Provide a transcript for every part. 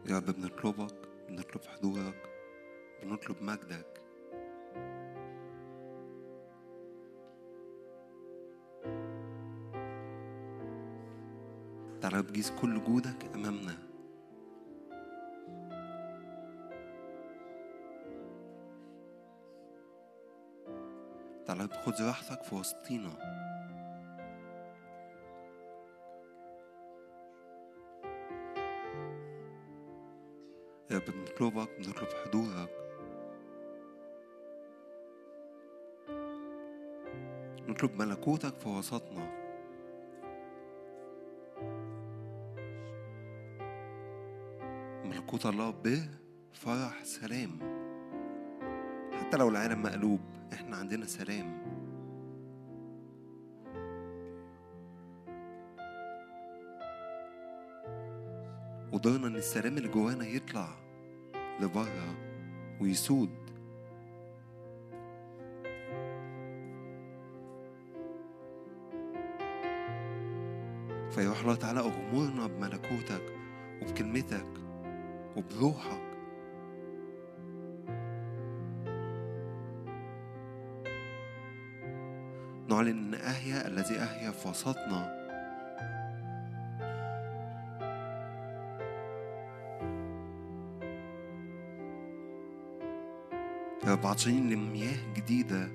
يا رب بنطلبك، بنطلب حضورك، بنطلب مجدك. تعالى بجيز كل جودك أمامنا. تعالى خد راحتك في وسطينا. يا رب بنطلبك، بنطلب حضورك، نطلب ملكوتك في وسطنا. ملكوت الله بفرح سلام. حتى لو العالم مقلوب احنا عندنا سلام. ودورنا ان السلام اللي جوانا يطلع لبره ويسود. فيروح الله تعالى أغمرنا بملكوتك وبكلمتك وبروحك. نعلن أن أهيا الذي أهيا في وسطنا يا رب عطشانين لمياه جديدة.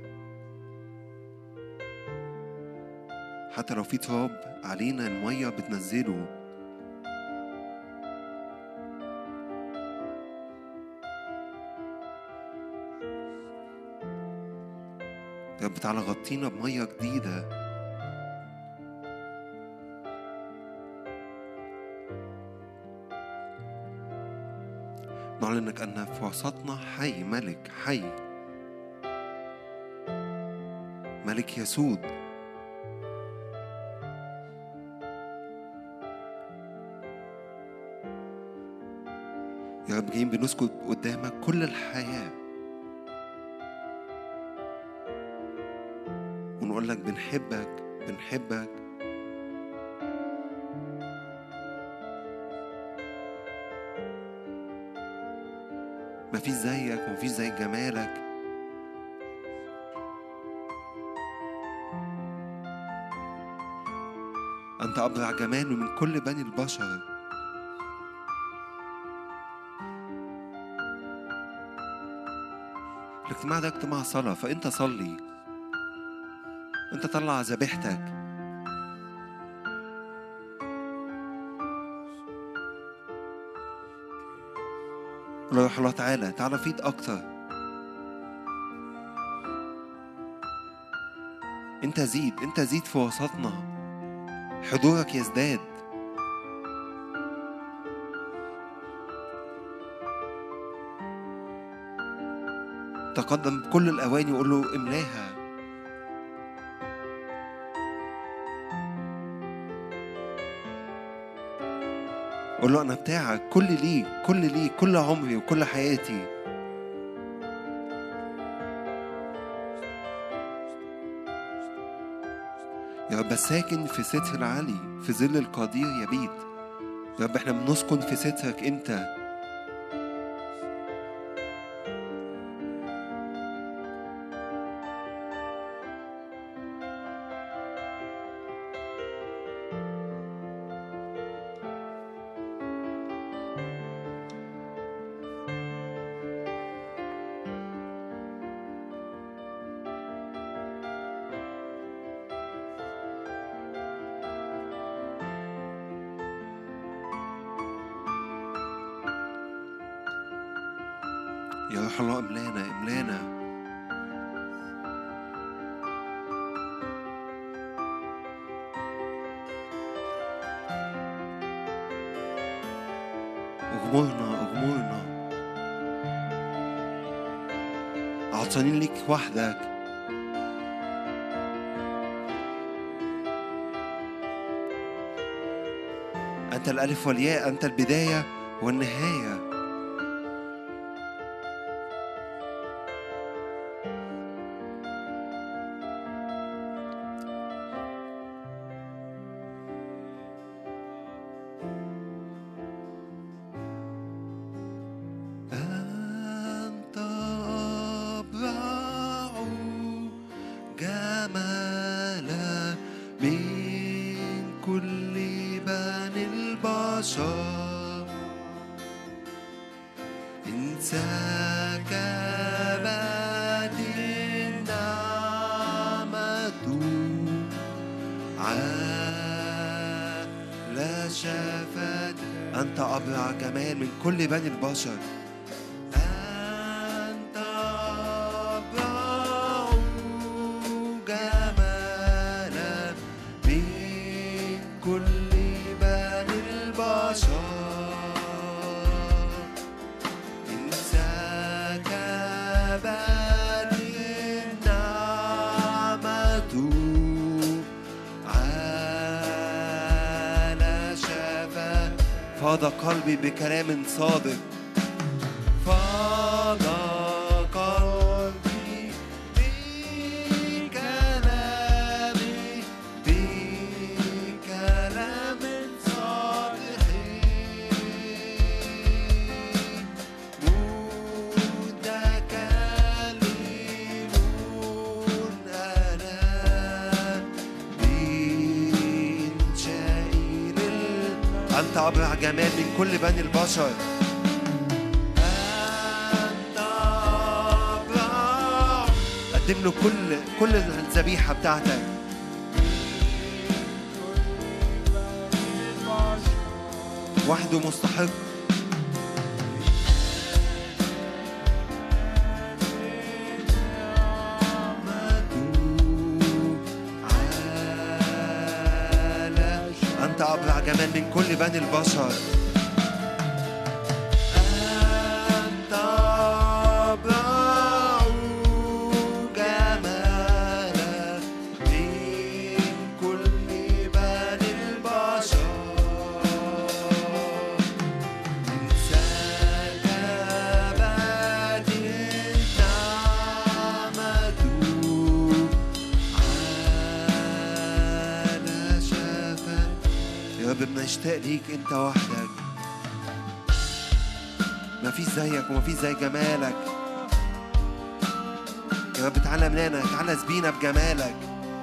حتى لو في تراب علينا المية بتنزله. يا رب تعالى غطينا بمية جديدة. نعلن انك ان في وسطنا حي، ملك حي، ملك يسود. يا رب جايين بنسكت قدامك كل الحياة ونقول لك بنحبك بنحبك. مفيش زيك ومفيش زي جمالك. أنت أبرع جمال من كل بني البشر. الاجتماع ده اجتماع صلاة، فأنت صلي، أنت طلع ذبيحتك. روح الله تعالى، تعالى فيض أكتر. أنت زيد، أنت زيد في وسطنا. حضورك يزداد. تقدم بكل الأواني وقول له املاها. قول له أنا بتاعك، كل ليك كل ليك، كل عمري وكل حياتي. يا رب ساكن في ستر عالي، في ظل القدير يبيت. يا رب احنا بنسكن في سترك انت. يا روح الله املانا املانا. اغمرنا اغمرنا. عطشانين ليك وحدك. أنت الألف والياء، أنت البداية والنهاية. انسكبت النعمة على شفاة. أنت أبرع جمال من كل بني البشر. أنت أبرع جمالا من كل بني البشر. فاض قلبي بكلام صادق. فاض قلبي بكلام صادق. متكلمون أنا بإنشاء. أنت أبرع جمال من كل بني البشر. أنت أبرع. قدم له كل الذبيحة بتاعتك. وحده مستحق. أنت أبرع جمال من كل بني البشر. أنت أبرع جمالا من كل بني البشر. انسكبت النعمة على شفاة. يا رب بنشتاق ليك أنت وحدك. ما فيش زيك وما فيش زي جمالك. يا رب تعالى ملانا، تعالى اسبينا بجمالك.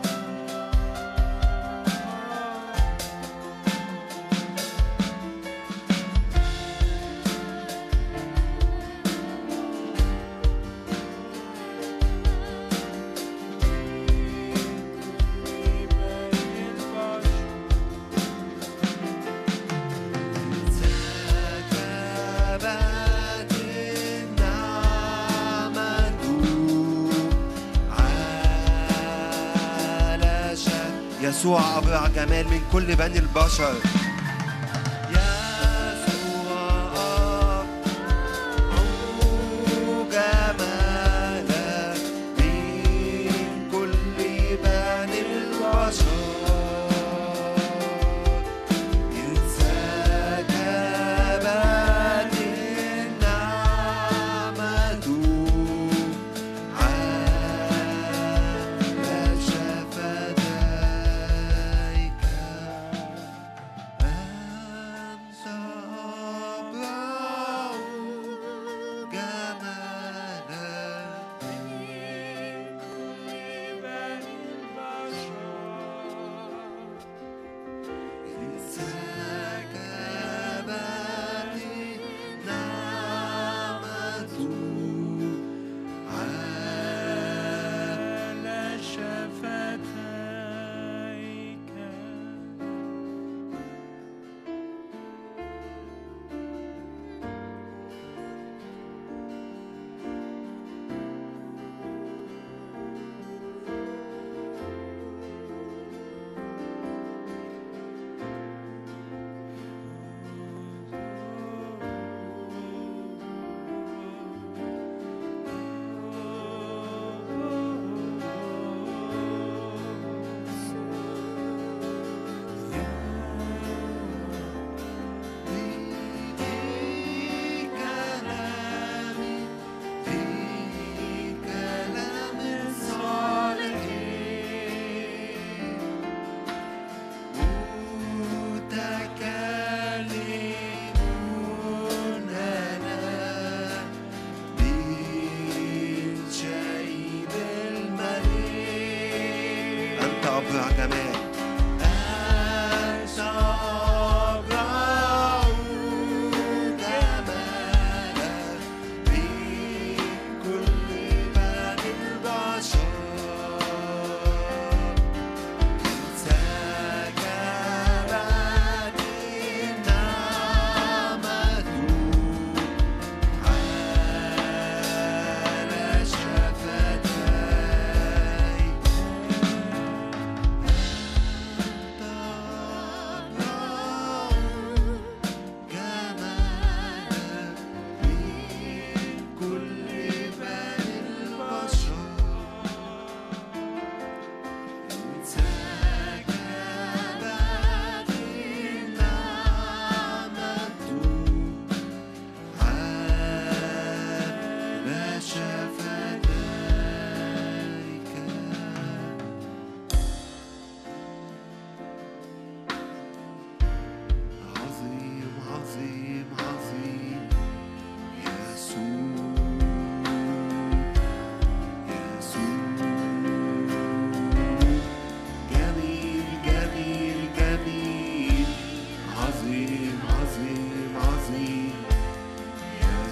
يسوع أبرع جمال من كل بني البشر.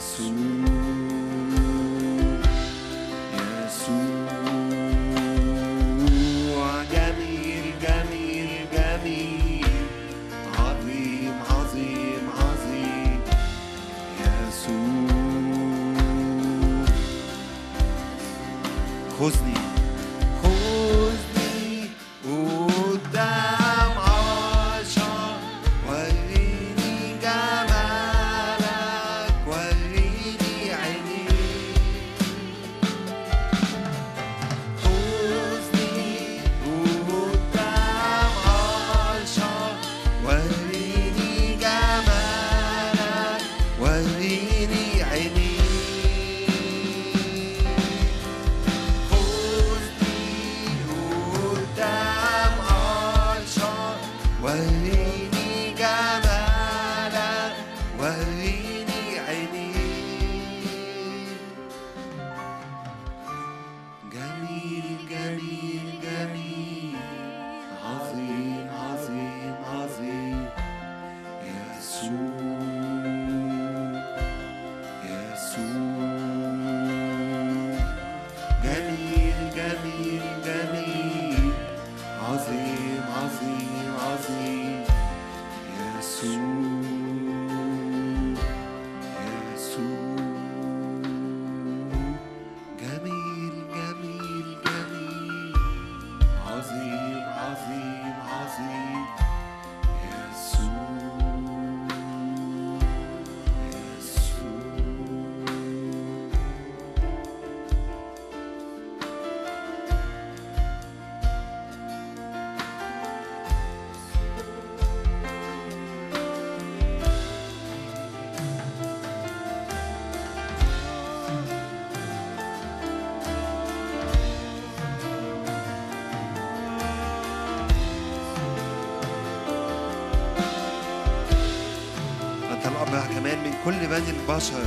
كل بني البشر.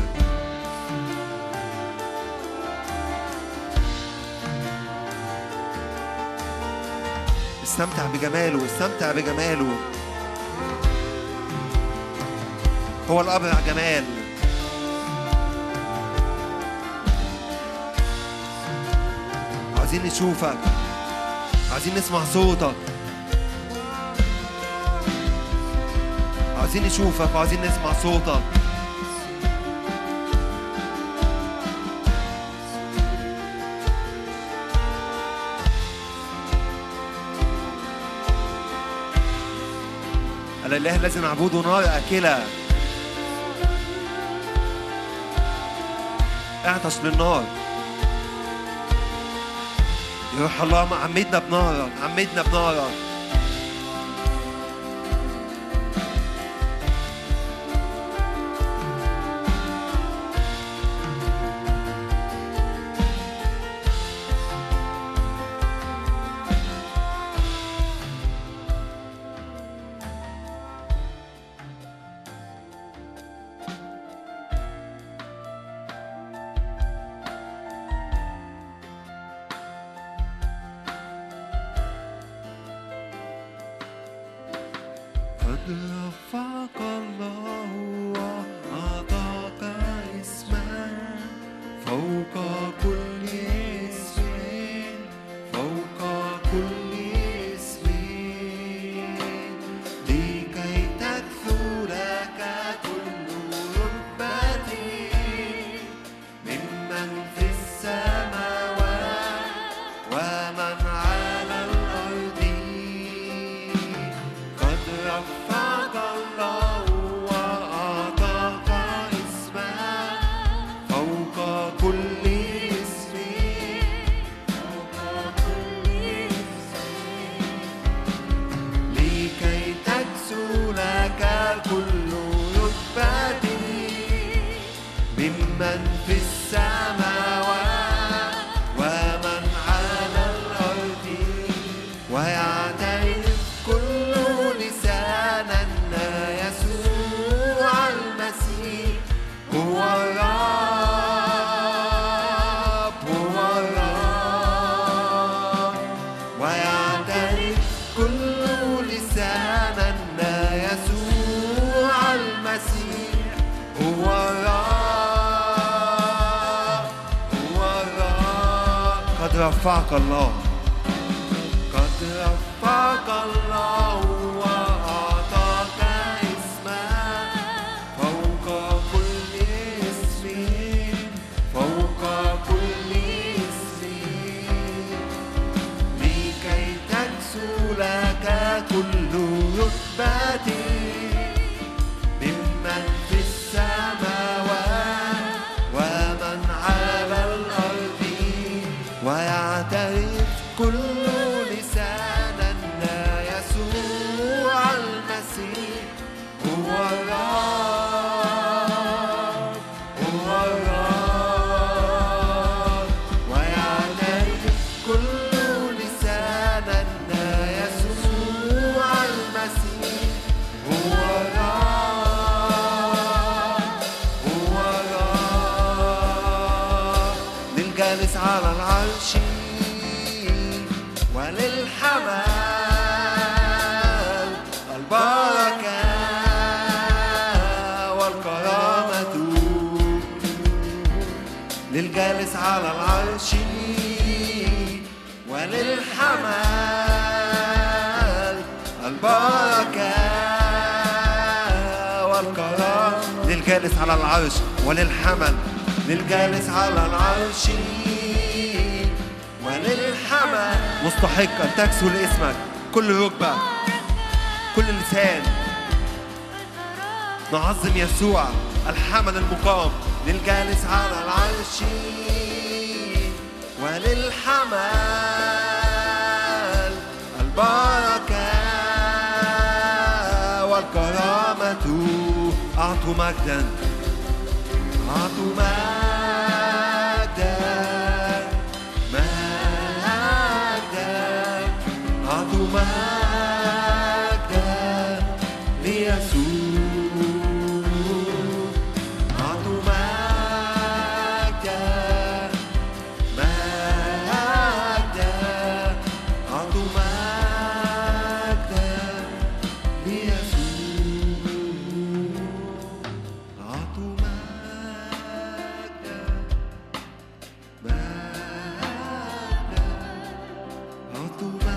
استمتع بجماله، استمتع بجماله. هو الأبرع جمال. عايزين نشوفك، عايزين نسمع صوتك، عايزين نشوفك وعايزين نسمع صوتك. الإله الذي نعبده نار أكلة. اعطش للنار يا روح الله. عمدنا بنارك، عمدنا بنارك. هو الرب رفعك الله، قد رفعك الله وأعطاك اسما فوق كل اسم، فوق كل اسم، لكي تكسو لك كل رتبة ممن في السماوات ومن على الأرض، ويعترف كل لسان أن يسوع المسيح هو الرب، هو الرب، ويعترف كل لسان أن يسوع المسيح هو الرب، هو الرب، للجالس على العرش وللحمل البركة والكرامة، للجالس على العرش وللحمل البركة والكرامة، للجالس على العرش وللحمل، للجالس على العرش وللحمل، مستحق أن تكسو لاسمك كل ركبة كل لسان، نعظم يسوع الحمل المقام، للجالس على العرش وللحمل البركة والكرامة، أعطوا مجدا، أعطوا مجدا، أعطوا مجدا ليسوع، أعطوا مجدا، مجدا، أعطوا مجدا ليسوع، أعطوا مجدا، مجدا، أعطوا مجدا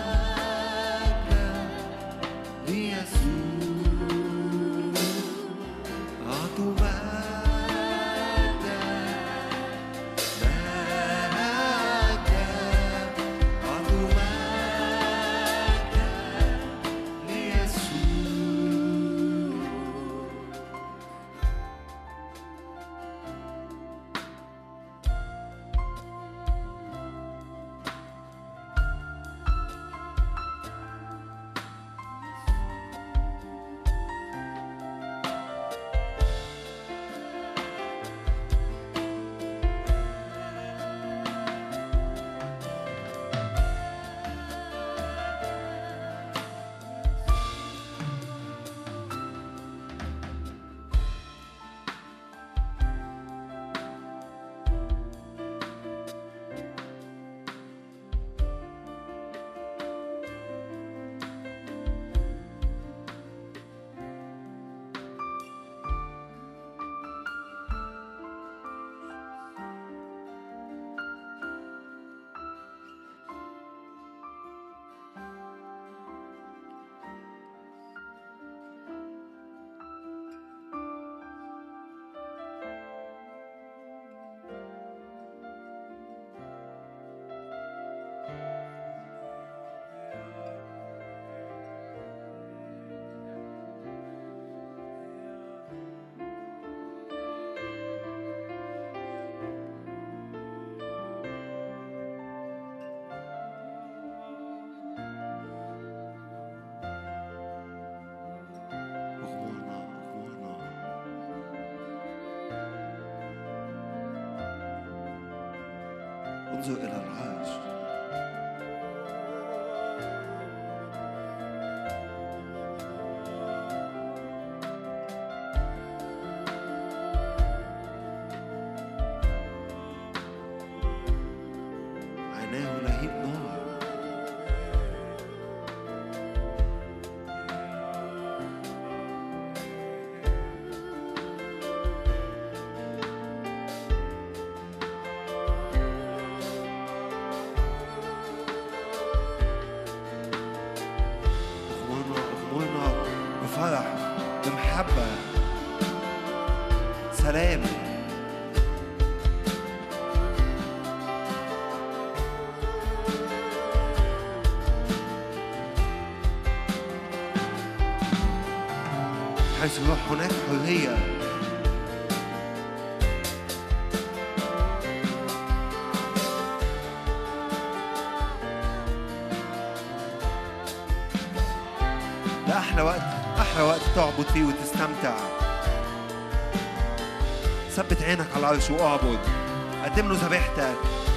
انظر إلى العرش. عيناه لهيب نار. حيث الروح هناك حرية. ده أحلى وقت، أحلى وقت تعبد فيه وتستمتع. ثبت عينك على العرش واعبد، قدم له ذبيحتك.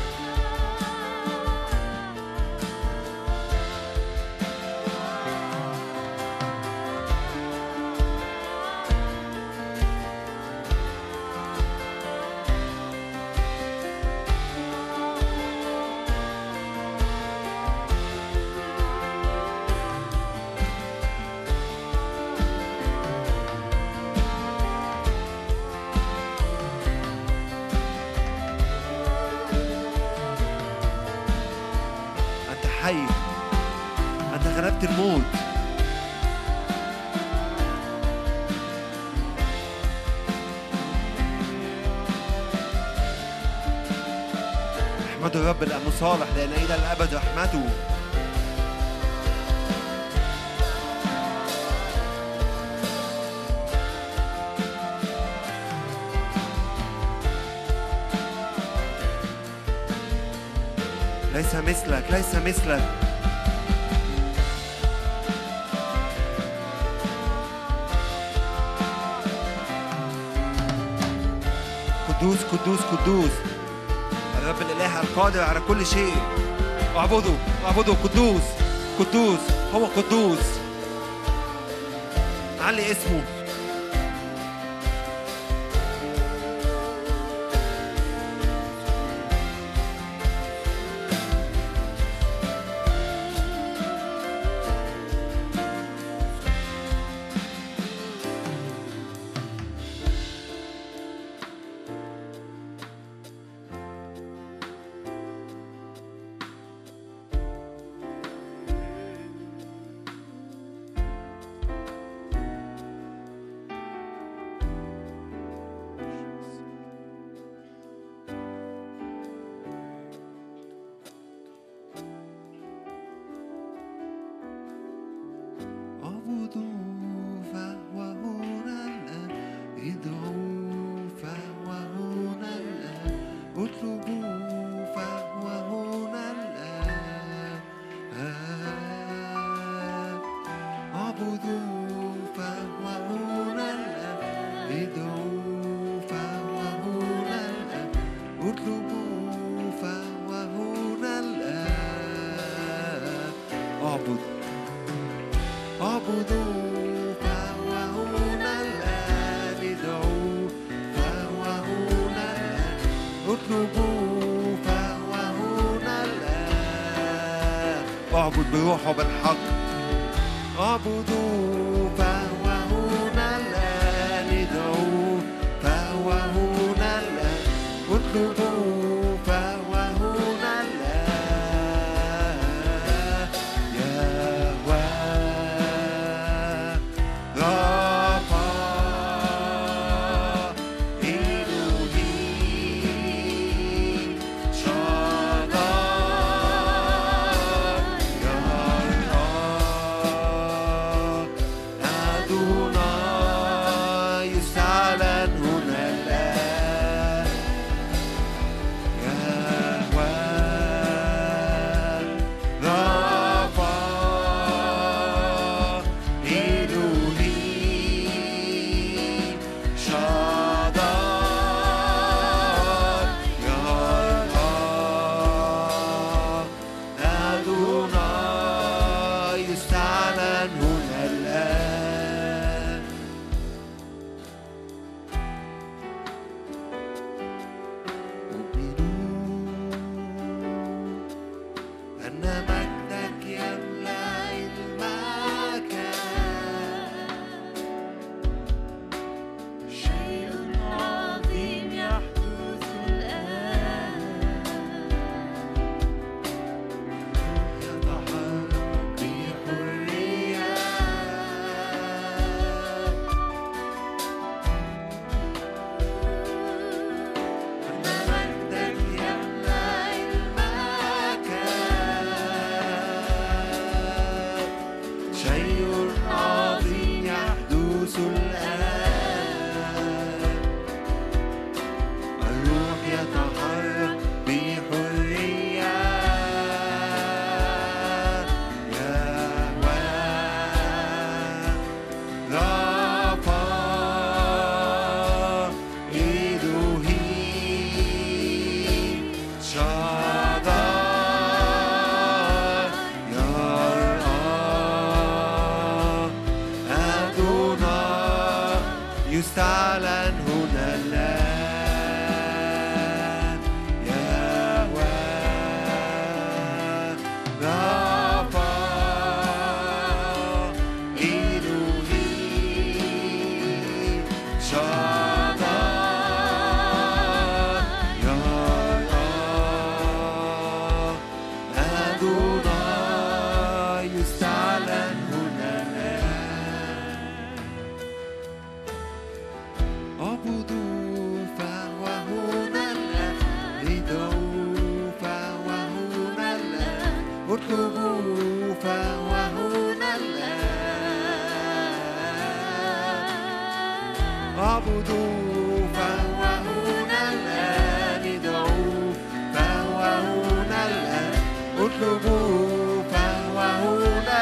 أنت غلبت الموت. احمدوا الرب لأنه صالح، لأن إلى الأبد رحمته. ليس مثلك، ليس مثلك. قدوس قدوس قدوس الرب الإله القادر على كل شيء. اعبدوا اعبدوا. قدوس قدوس، هو قدوس. علي اسمه. اعبد بروح وبالحق. اعبدوا فهو هنا الآن. ادعوا فهو هنا الآن. اطلبوا فهو هنا الآن. يهوه رافع إلهي شغال. يستعلن هنا الآن يهوه رافع إلهي شاطر يا الله أدوناي يستعلن هنا الآن اعبدوا فهو هنا الآن ادعوا فهو هنا الآن اطلبوا فهو هنا الآن اعبدوا فهو هنا الآن ادعوا فهو هنا الآن اطلبوا فهو هنا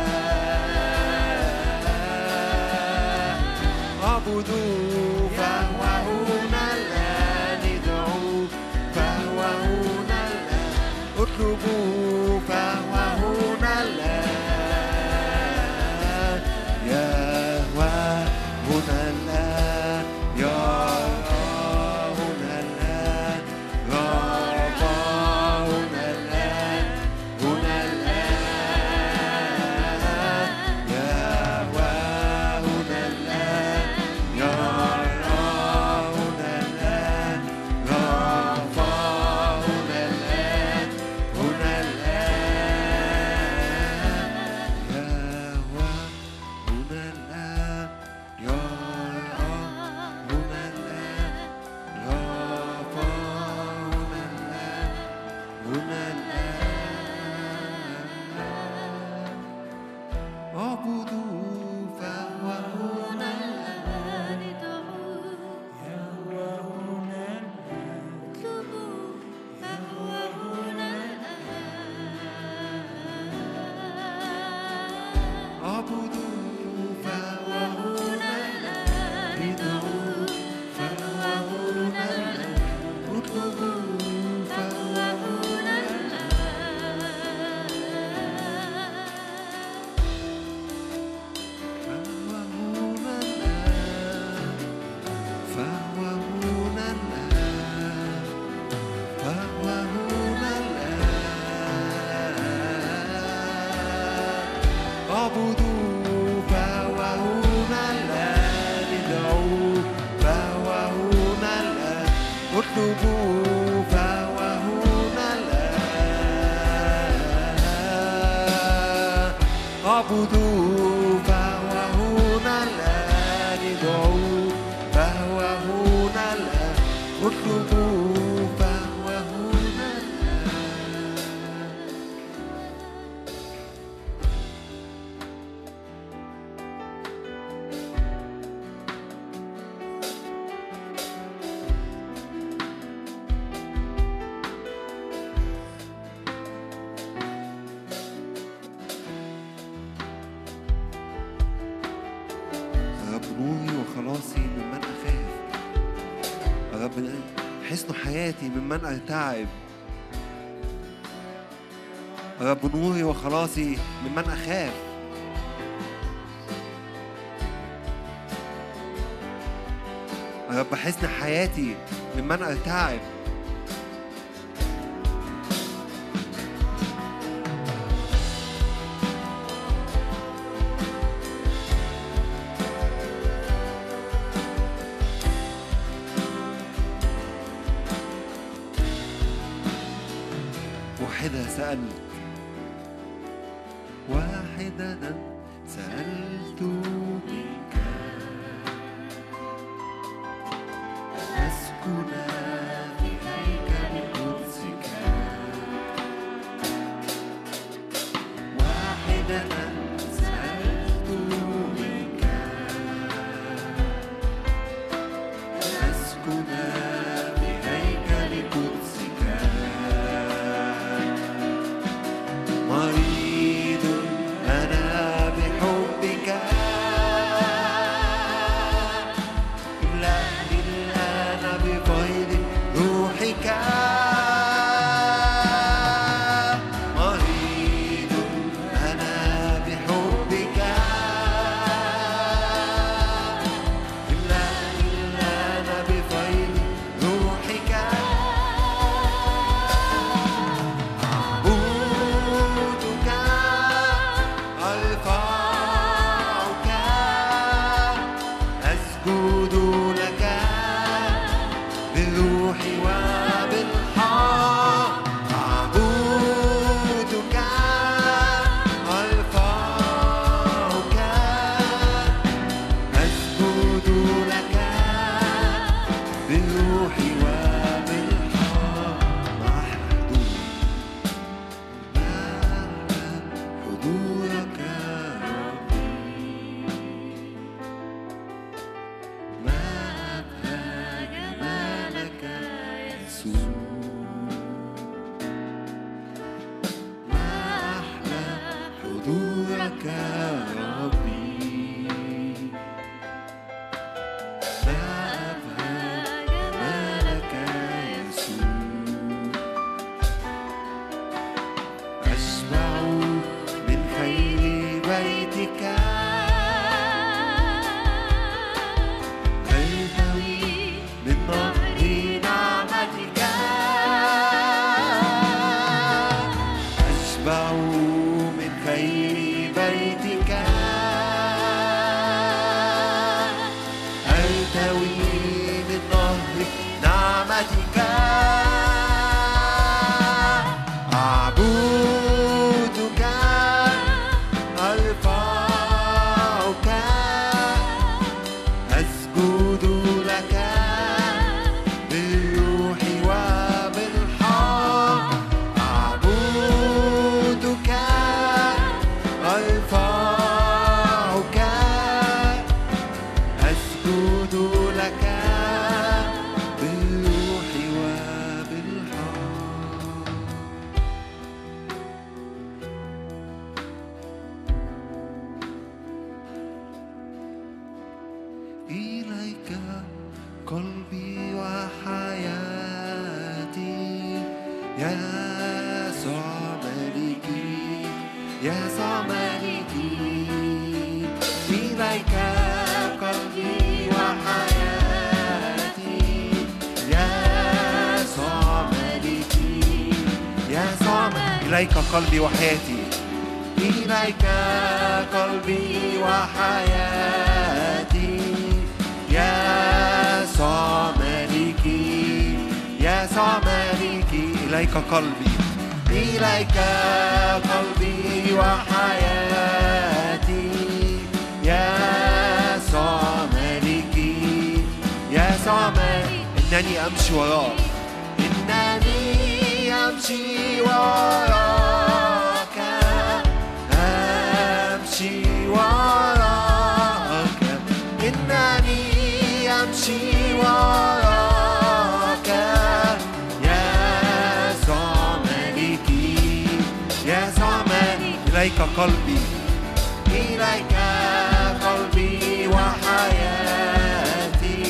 الآن اعبدوا فهو هنا الآن ادعوا فهو هنا الآن اطلبوا فهو هنا الآن يهوه هنا الآن يا هنا الآن رافع هنا الآن هنا الآن يهوه هنا الآن يا هنا الآن رافع هنا الآن هنا الآن يهوه هنا الآن يا هنا الآن رافع هنا الآن هنا الآن اعبدوا فهو هنا الآن اعبدوا فهو هنا الآن ادعوا فهو هنا الآن اطلبوا فهو هنا فهو هنا الآن فهو هنا الآن اعبدوا فهو هنا الآن ادعوا فهو هنا الآن اطلبوا فهو هنا الآن اعبدوا فهو هنا الآن ادعوا فهو هنا الآن اطلبوا فهو هنا الآن رب نوري وخلاصي ممن أخاف رب حسن حياتي ممن أرتعب رب نوري وخلاصي ممن أخاف رب حسن حياتي ممن أرتعب واحدة سألت واحدة سألت منك أسكن في هيكل قدسك واحدة سألت منك أسكن في هيكل قدسك مريض أنا بحبك بالروح وبالحق أعبدك أرفعك أسجد لك بالروح وبالحق حضورك حضورك ربي ما أبهى جمالك يسوع أشبع من خير بيتك أرتوي من نهر نعمتك أشبع من خير بيتك أرتوي من نهر نعمتك أعبدك أرفعك أسجد لك بالروح وبالحق أعبدك أرفعك أسجد لك بالروح وبالحق إليك قلبي وحياتي يسوع ملكي يسوع ملكي إليك قلبي وحياتي يسوع ملكي يسوع إليك قلبي وحياتي إليك قلبي وحياتي يسوع ملكي يسوع ملكي إليك قلبي إليك قلبي وحياتي يسوع ملكي يسوع ملكي إنني أمشي وراك إنني أمشي وراك أمشي وراك إنني أمشي وراك يسوع ملكي يسوع ملكي إليك قلبي إليك قلبي وحياتي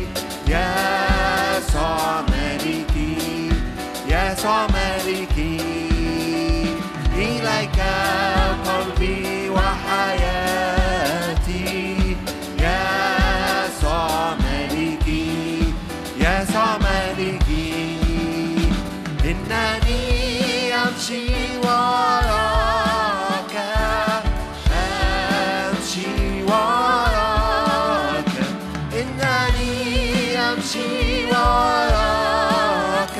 يسوع ملكي يسوع ملكي إليك قلبي وحياتي يسوع ملكي يسوع ملكي إنني أمشي وراك أمشي وراك إنني أمشي وراك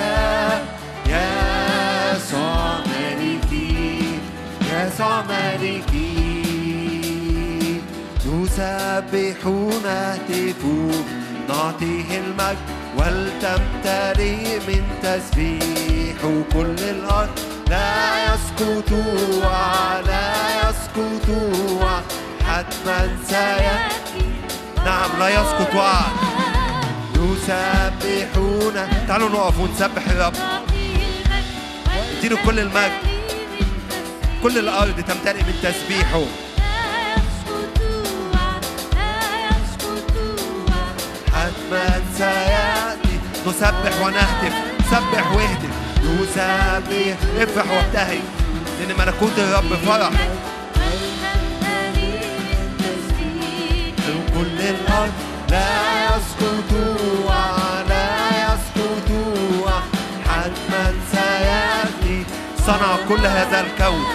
يسوع ملكي يسوع ملكي نسبح نهتف نعطيه المجد ولتمتلئ من تسبيح كل الأرض لا يسقط ولا يسقط حتما سيأتي نعم لا يسقط وعد نسبحون تعالوا نقف ونسبح الرب اديله كل المجد كل الأرض تمتلئ من تسبيحه حتما سيأتي نسبح ونهتف سبح واهتف نسبح افرح وابتهج لأن ملكوت الرب فرح كل الأرض لا يسقط ولا يسقط حتما سيأتي صنع كل هذا الكون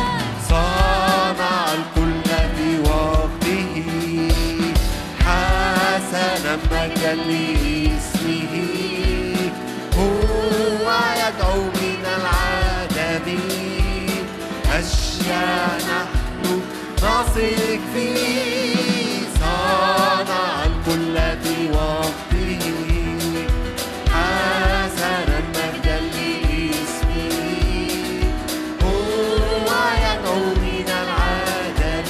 صنع الكل في وقته حسنا مجدا لاسمه أشياء نحن نثق فيه، صنع الكل في وقته، حسنا مجدا لاسمه، هو يدعو من العدم،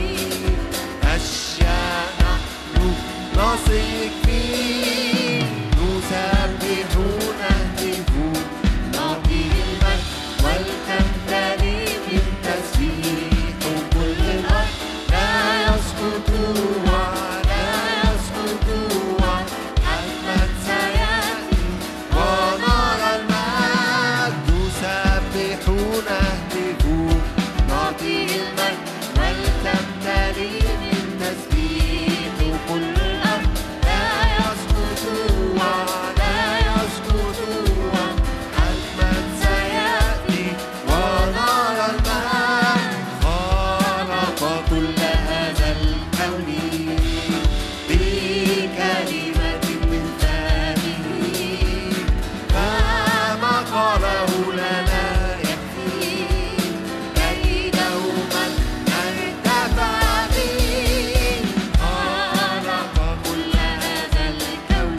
أشياء نحن نثق فيه، نسبح ونهتف نعطيه المجد ولتمتلئ بالتسبيح كل الأرض، لا يسقط ولا يسقط حتما سيأتي ونرى المجد، نسبح ونهتف نعطيه المجد ولتمتلئ بالتسبيح كل الأرض، لا يسقط ولا يسقط حتما سيأتي ونرى المجد، خلق كل هذا الكون بكلمة من فمه، فما قاله لنا يكفي، كيده من ارتفع به، خلق كل هذا الكون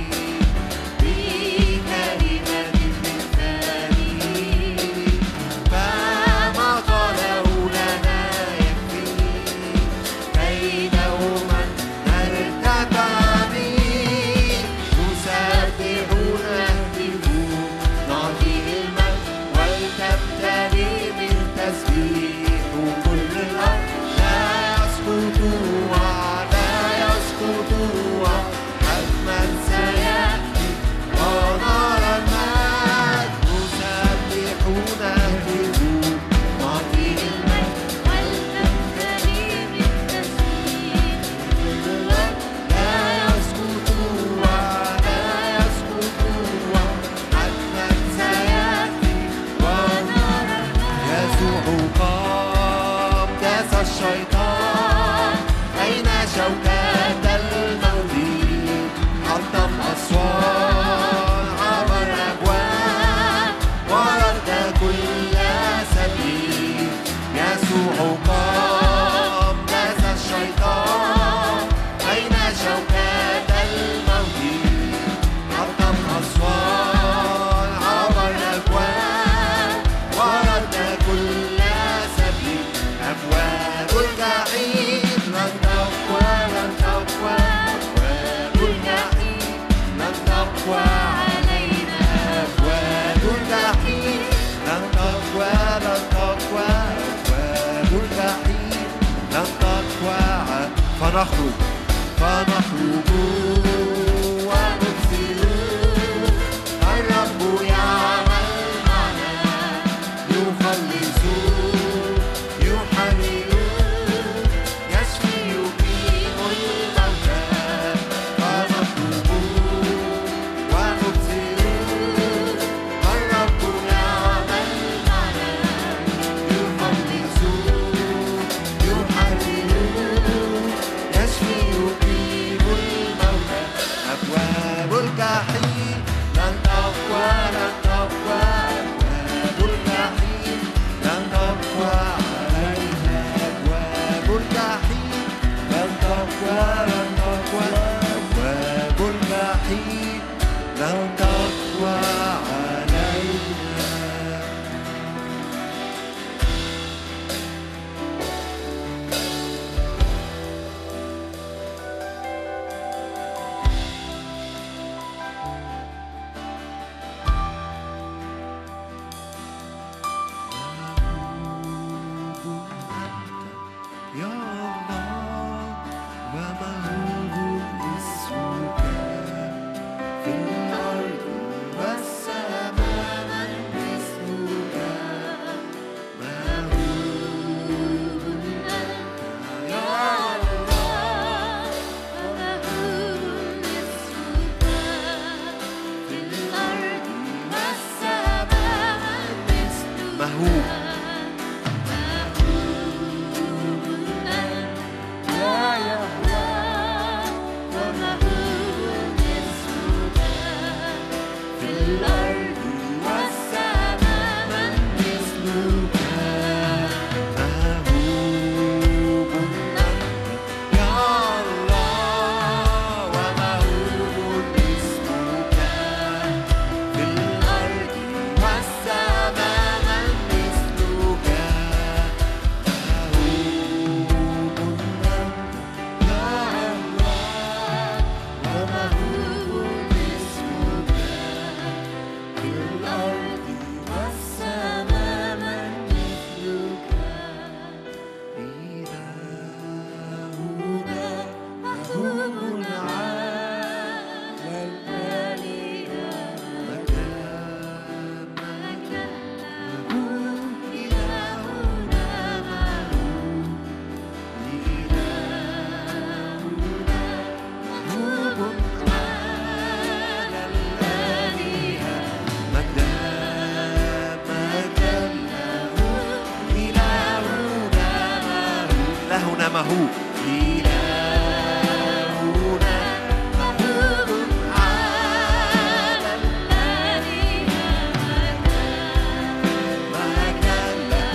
بكلمة من فمه، فما قاله لنا يكفي، كيده من ارتفع به، نسبح ونهتف نعطيه المجد ولتمتلئ بالتسبيح كل الأرض، لا يسقط ولا يسقط حتما سيأتي ونرى المجد، نسبح ونهتف نعطيه المجد ولتمتلئ بالتسبيح كل الأرض، لا يسقط ولا يسقط حتما سيأتي ونرى المجد، يسوع قام داس الشيطان، أين شوكة الموت، حطم أسوار عبر أبواب ورد كل سبيل، يسوع قام داس الشيطان، أين شوكة الموت، حطم أسوار عبر أبواب ورد كل سبيل، أبواب الجحيم لن تقوى لن تقوى، أبواب الجحيم لن تقوى علينا، أبواب الجحيم لن تقوى لن تقوى، أبواب الجحيم لن تقوى، فنخرج ونبصر الرب يعمل معنا، يخلص يحرر يشفي يقيم الموتى، فنخرج ونبصر الرب يعمل معنا، يخلص يحرر يشفي يقيم الموتى، أبواب الجحيم لن تقوى لن تقوى، أبواب الجحيم لن تقوى علينا، أبواب الجحيم لن تقوى لن تقوى، أبواب الجحيم لن تقوى علينا. يا الله ومهوب اسمك في الأرض والسماء، اسمك مهوب أنت يا الله، ومهوب اسمك في الأرض والسماء، اسمك مهوب محبوب إلهنا محبوب على مجدا له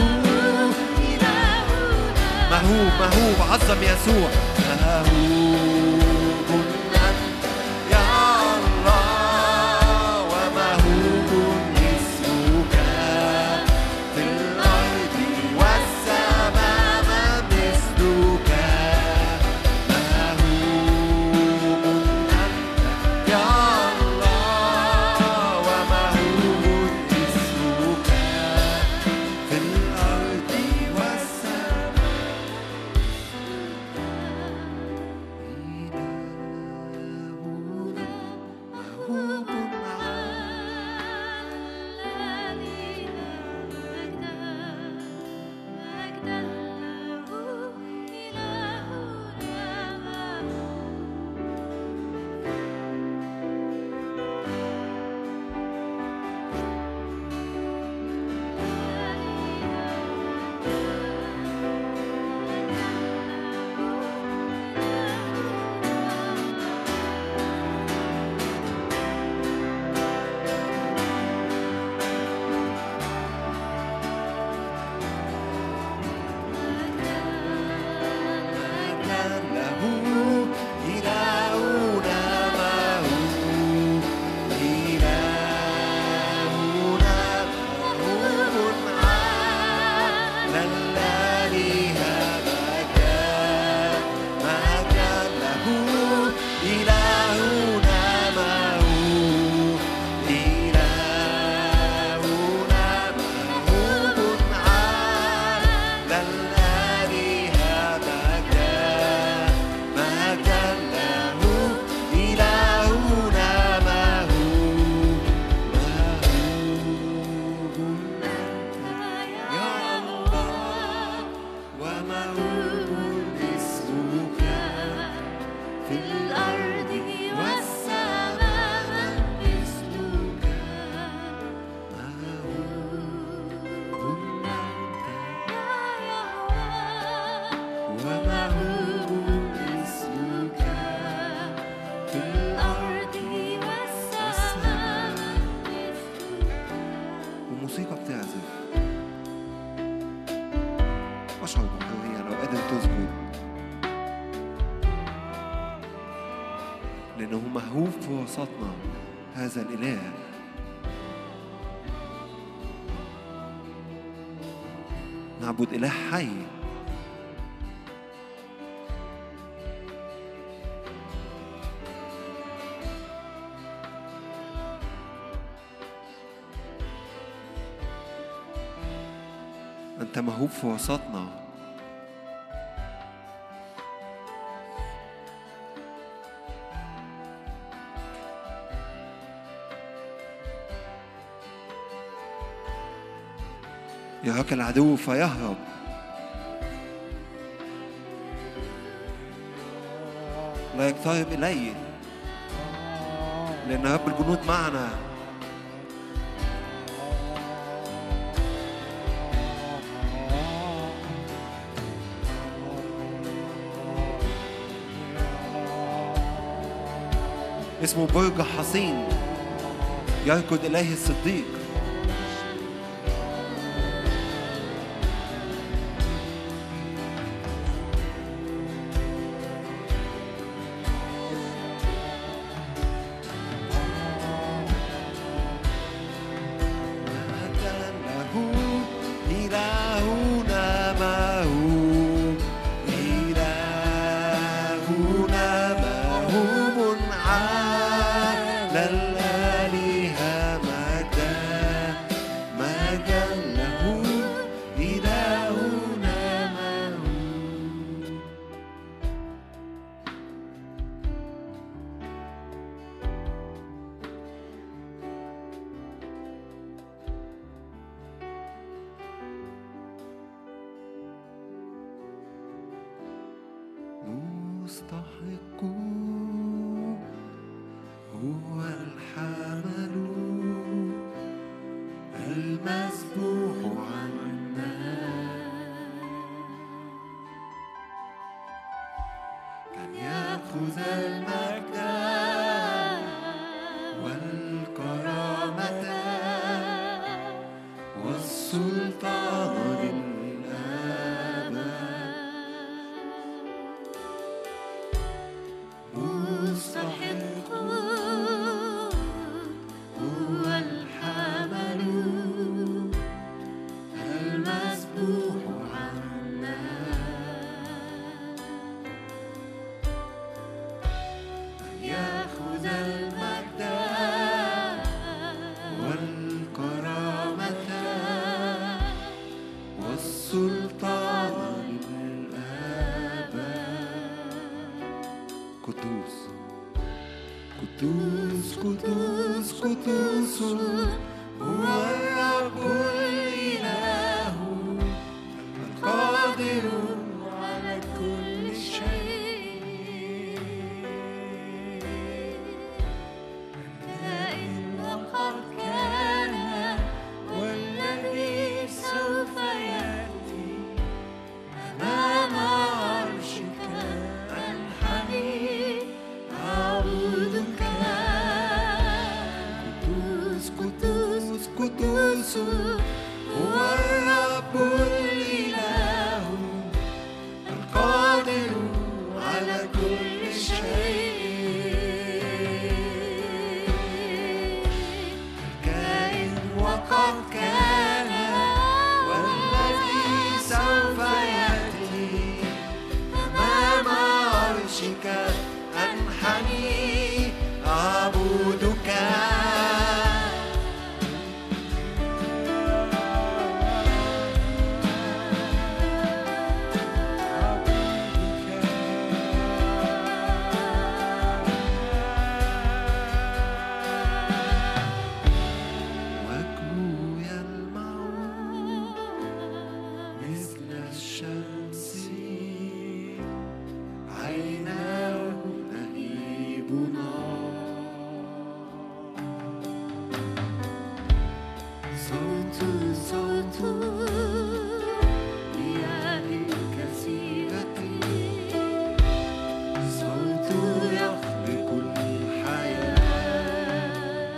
محبوب محبوب عظم يسوع محبوب أنت يا الله ومهوب اسمك في الأرض والسماء ما مثلك محبوب أنت يا الله ومهوب اسمك في الأرض والسماء وسطنا هذا الإله نعبد إله حي أنت مهوب في وسطنا يهاك العدو فيهرب لا يقترب إلي لأن رب الجنود معنا اسمه برج حصين يركض إليه الصديق مستحق هو الحمل المذبوح عنا هو الرب الإله القادر على كل شيء. كائن وقد كان والذي سوف يأتي أمام عرشك أنحني أعبدك. قدوس قدوس قدوس هو الرب الإله القادر على كل شيء. كائن وقد كان والذي سوف يأتي أمام عرشك أنحني أعبدك. وجهه يلمع مثل الشمس، عيناه لهيب نار. صوت مياه كثيرة، صوت يخلق الحياة.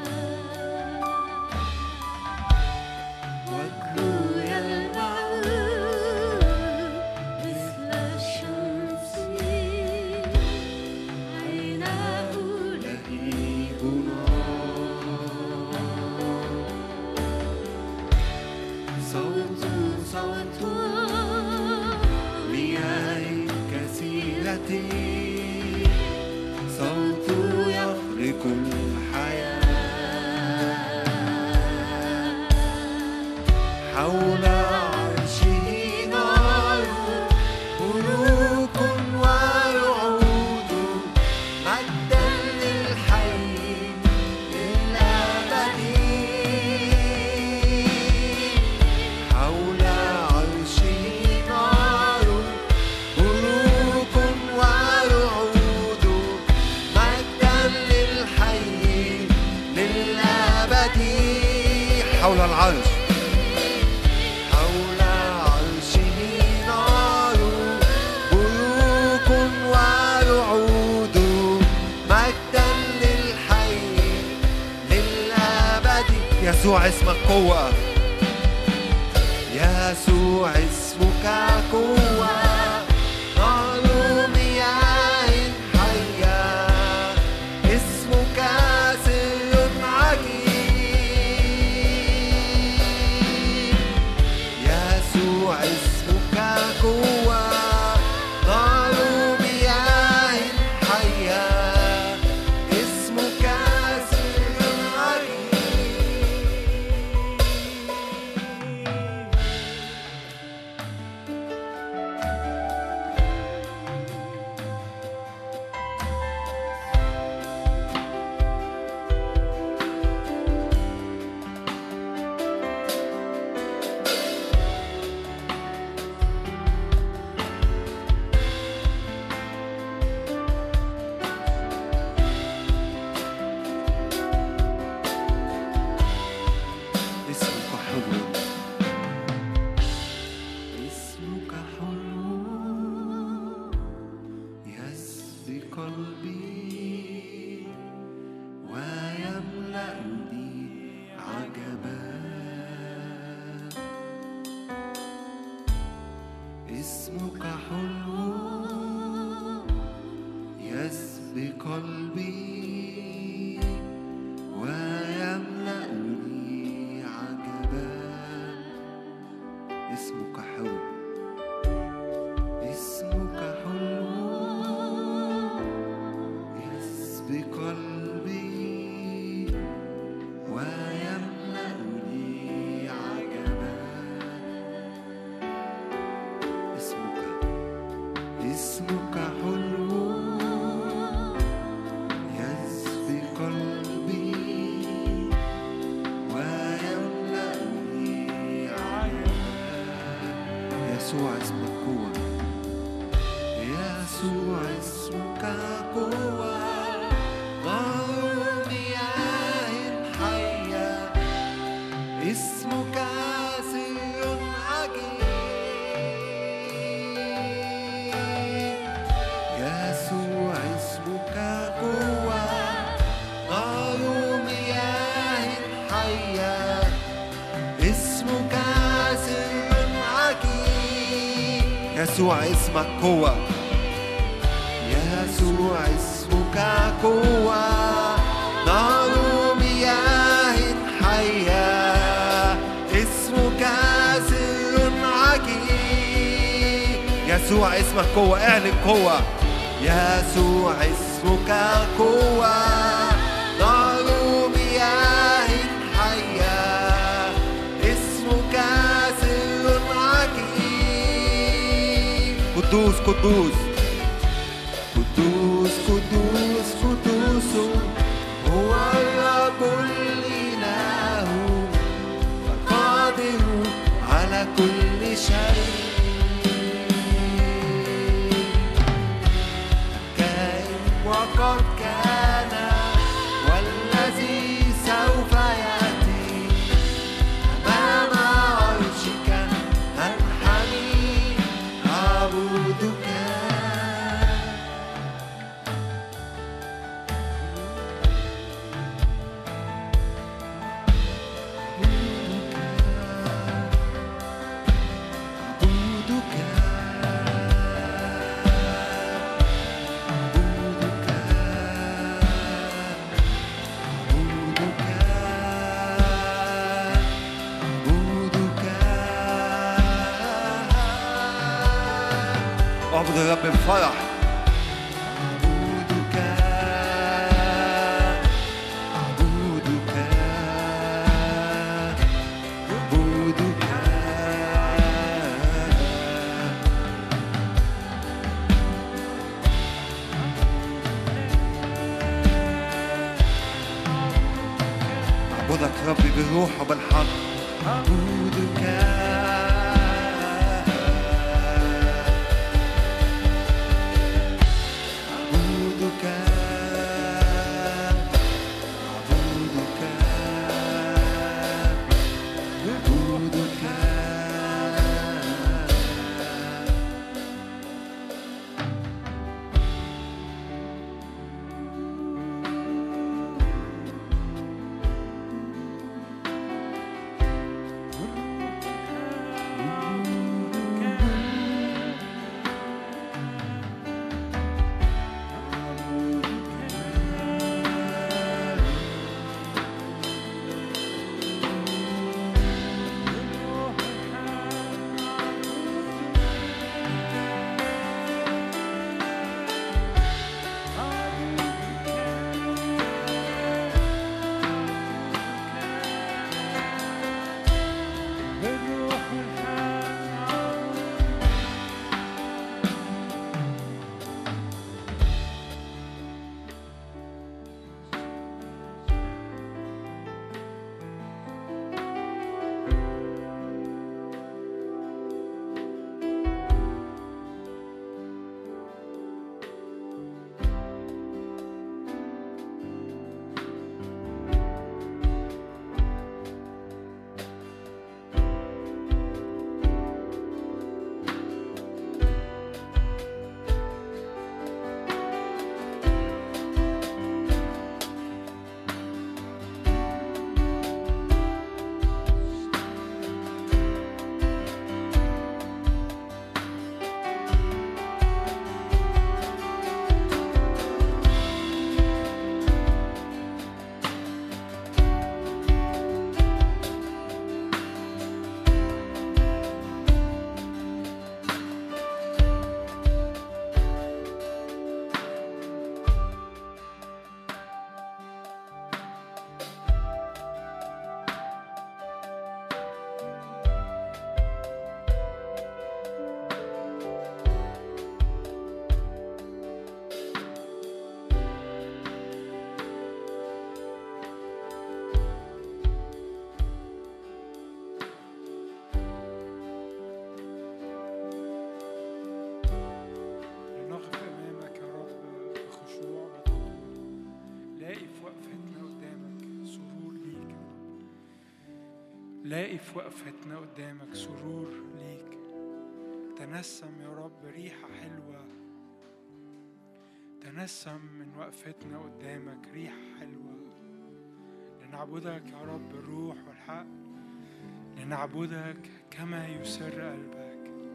وجهه يلمع مثل الشمس، عيناه لهيب نار. صوت مياه كثيرة، صوت يخلق الحياة. حول عرشه نار، ملوك ورعود، مجدا للحي للأبد. حول عرشه نار، ملوك ورعود، مجدا للحي للأبد. حول العرش، حول عرشه نار، ملوك ورعود، مجدا للحي للأبد. يسوع اسمك قوة، يسوع اسمك قوة، نار مياه حية، اسمك سر عجيب. يسوع اسمك قوة، نار مياه حية، اسمك سر عجيب. اسمك حلو، اسمك حلو، يسري قلبي ويملأني عجبا. اسمك حلو، يسري قلبي ويملأني عجبا. اسمك حلو، اسمك حلو، يسبي قلبي ويملأني عجبا. اسمك حلو، يسوع اسمك قوة، يسوع اسمك قوة، نهر مياه حية، اسمك سر عجيب، يسوع اسمك قوة، نهر مياه حية، اسمك سر عجيب. يسوع اسمك قوة، يسوع اسمك قوة، نهر مياه حية، اسمك سر عجيب. يسوع اسمك قوة، اعلن قوة. يسوع اسمك قوة، نهر مياه حية، اسمك سر عجيب. قدوس قدوس قدوس قدوس قدوس هو الرب الإله القادر على كل شيء، كائن وقد كان والذي سوف يأتي، أمام عرشك أنحني أعبدك. اعبد الرب بفرح. أعبدك أعبدك أعبدك أعبدك ربي بالروح وبالحق. أعبدك لاقي في وقفتنا قدامك سرور ليك. تنسم يا رب ريحة حلوة، تنسم من وقفتنا قدامك ريحة حلوة. لنعبدك يا رب الروح والحق، لنعبدك كما يسر قلبك.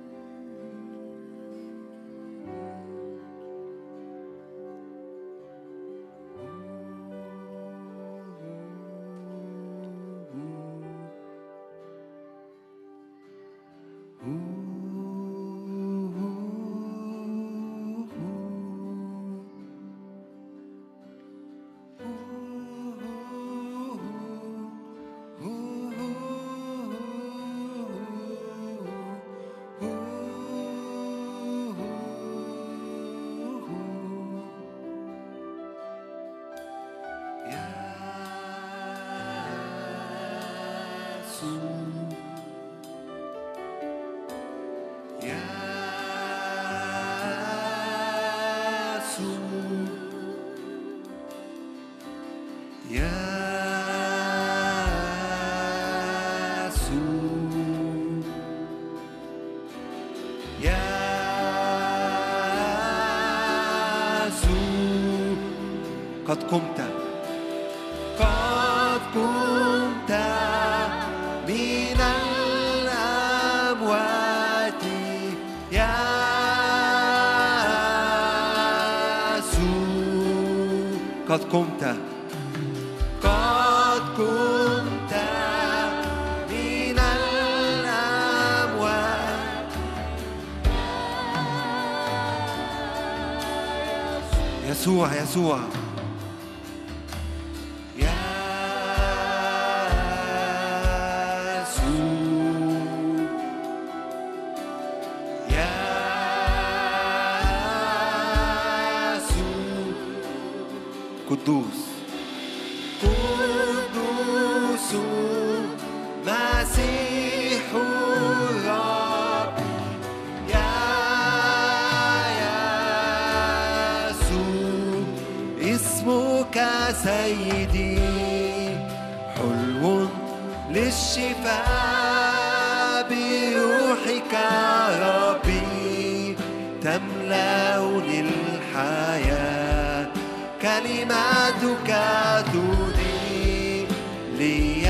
قد قمت، قد قمت من الأموات يا يسوع. قد قمت، قد قمت من الأموات. يسوع يسوع قدوس قدوس مسيح الرب يا يسوع. اسمك سيدي حلو للشفاء، بروحك ربي تملأني الحياة. كلماتك تضيء لي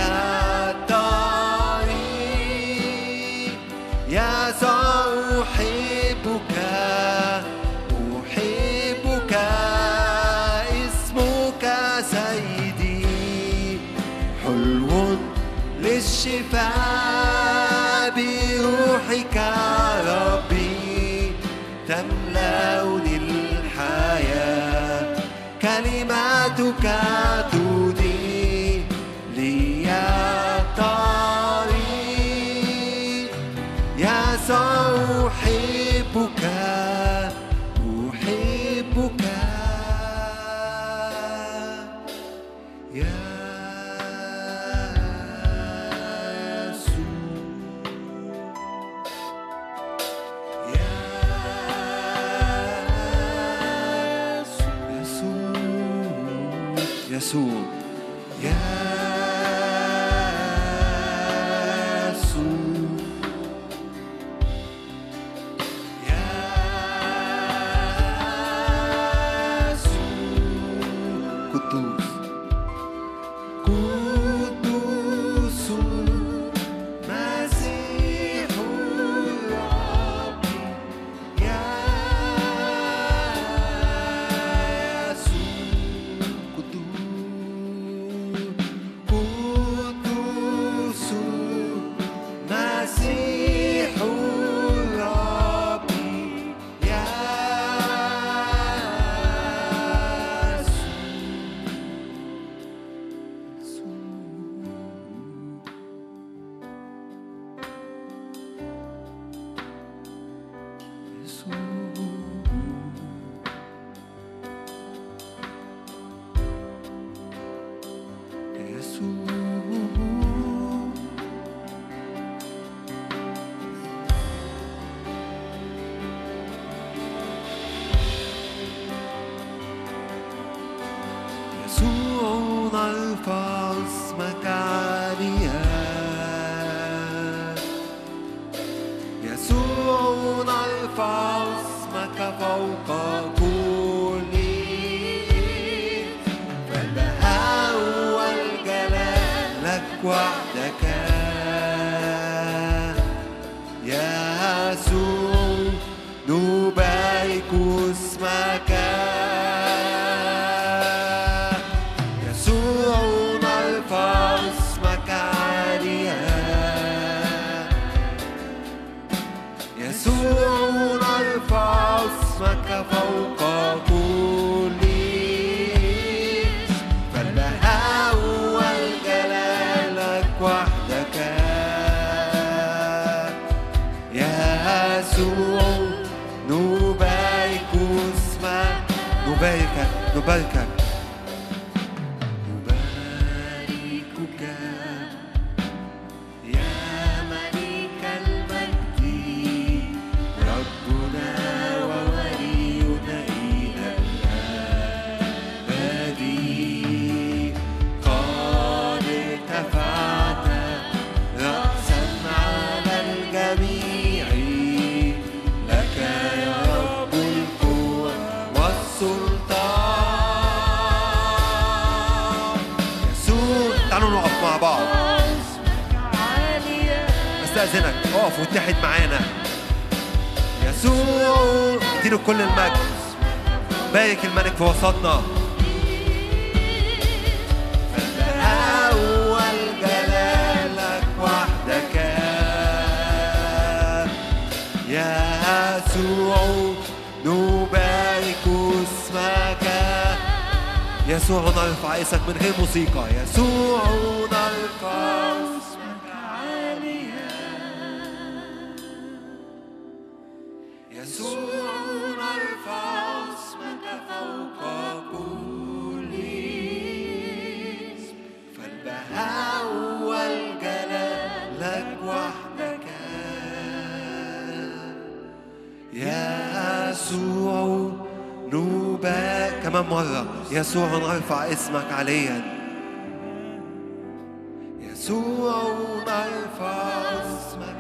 الطريق. يسوع أحبك أحبك. اسمك سيدي حلو للشفاء، بروحك ربي تملأني الحياة. كلماتك تضيء لي الطريق. يسوع أحبك أحبك يا يسوع يا يسوع يا يسوع. قدوس قدوس مسيح الرب يا يسوع. قدوس مسيح الرب يا نرفع اسمك عاليا وحدك يا يسوع نبارك اسمك يسوع نرفع اسمك عاليا يسوع نرفع اسمك فوق كل اسم فالبهاء والجلال لك وحدك يا يسوع نبارك اسمك نباركك استأذنك اقف واتحد معانا يسوع اديله كل المجد بارك الملك في وسطنا فالبهاء والجلال لك وحدك يا يسوع نبارك اسمك يسوع نرفع اسمك من غير موسيقى يسوع نرفع يسوع نرفع اسمك فوق كل اسم فالبهاء والجلال لك وحدك يا يسوع نبارك كمان مرة يسوع نرفع اسمك عليا يسوع نرفع اسمك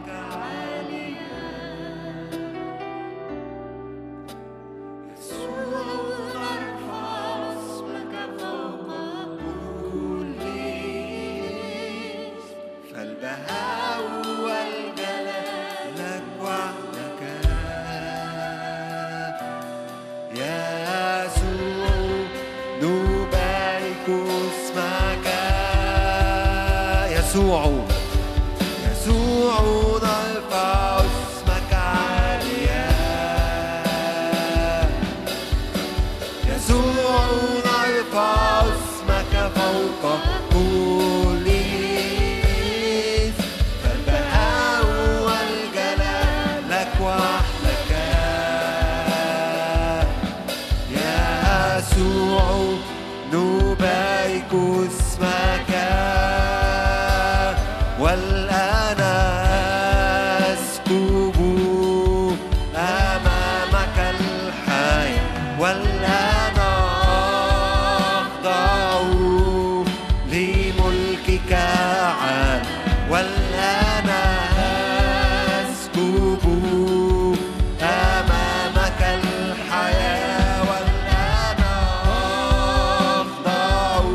يسوع نرفع اسمك عاليا يسوع نرفع اسمك فوق كل اسم فالبهاء والجلال لك وحدك يا يسوع نبارك اسمك والآن أسكب أمامك الحياة والآن أخضع لملكك عال والآن أسكب أمامك الحياة والآن أخضع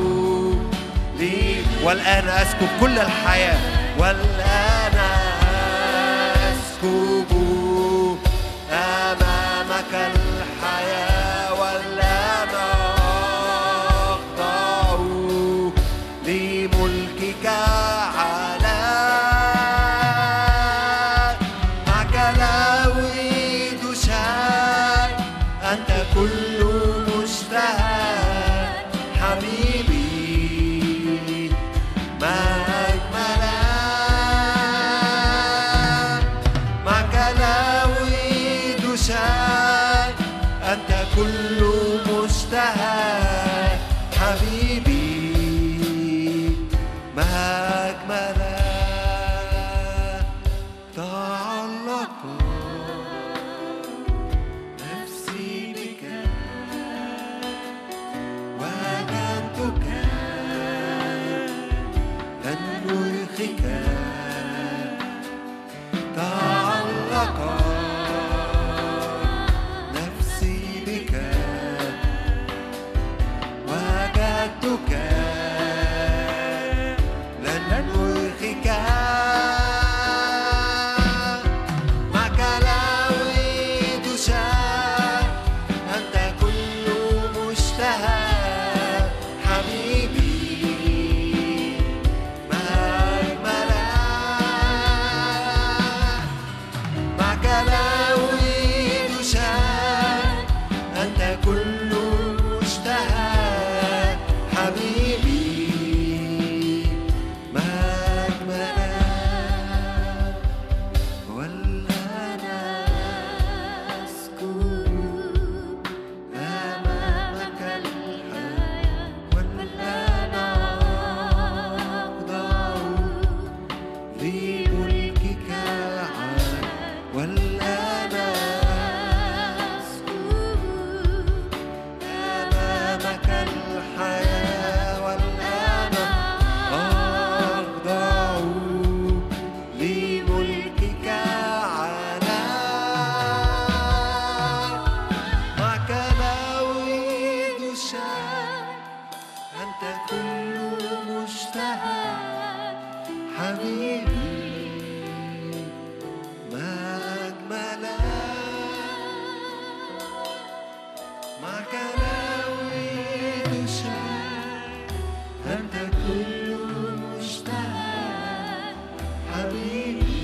والآن أسكب كل الحياة والآن أسكب أمامك الحياة والآن أخضع لملكك على معك لا أريد شيء أنت كل مشتهى حبيبي ما أنت كل مشتهى حبيبي ما أجمل تعلق نفسي بك وجدتك لن أرخك تعلق وجدتك لن حبيبي ما أجملك معك ناوي تشاء أنت كل مشتهى حبيبي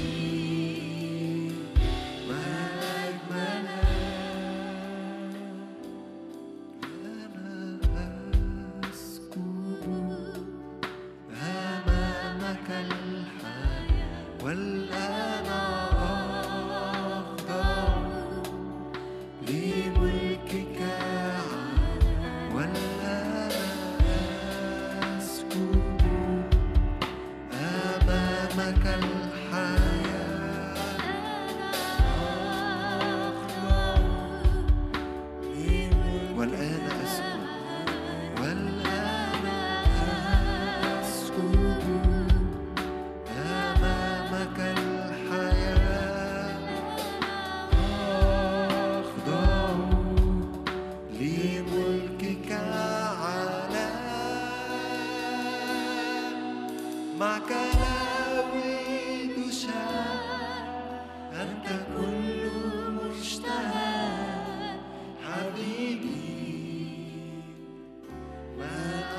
ما أجملك أنا أسكب أمامك الحياة والآن أخضع لملكك والآن أسكب أمامك الحياة والآن أسكب والآن أسكب أمامك الحياة أخضع لملكك على معك ناوي تشاء أنت كل مشتهى حبيبي ما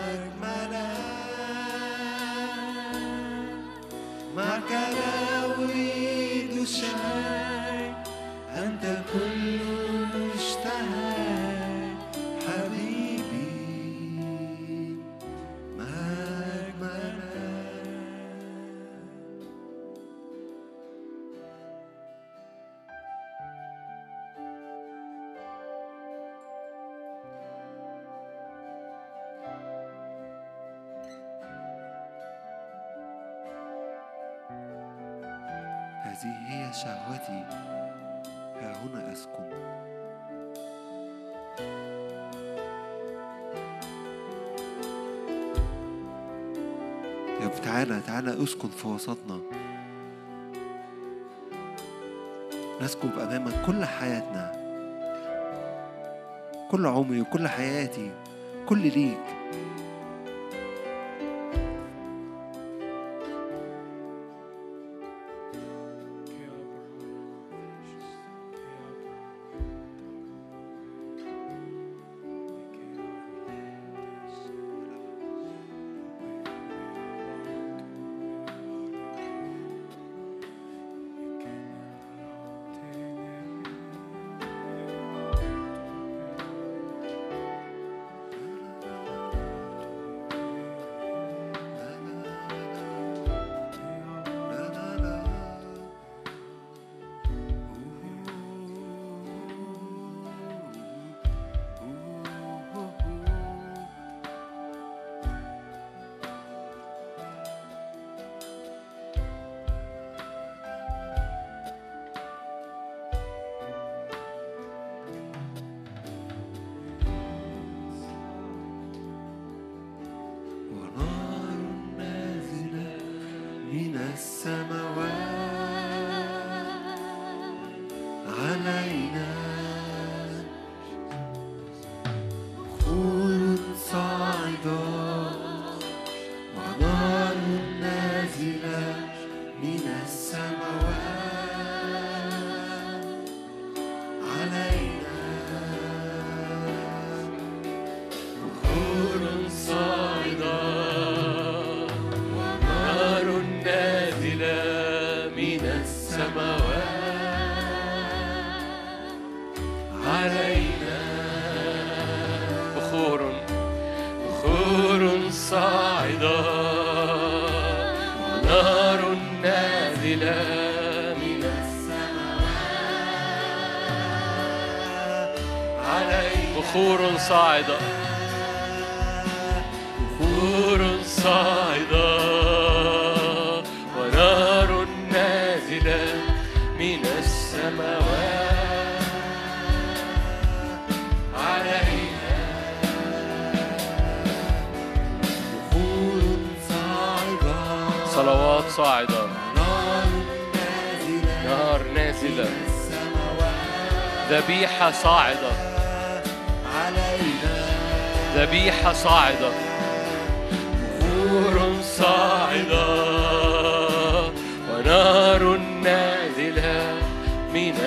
أجملك معك ناوي تشاء أنت كل مشتهى حبيبي ما أجملك هذه هي شهوتي ها هنا أسكن يا رب تعالى تعالى اسكن في وسطنا نسكب أمامك كل حياتنا كل عمري وكل حياتي كل ليك من السماوات علينا بخور صاعدة ونار نازلة من السماوات علينا بخور صاعدة من السماوات علينا بخور صاعدة ونار نازلة من السماوات علينا بخور صاعدة بخور صاعدة ونار نازلة من السماوات علينا بخور صاعدة صلوات صاعدة نار نازلة ذبيحة صاعدة علينا ذبيحة صاعدة بخور صاعدة من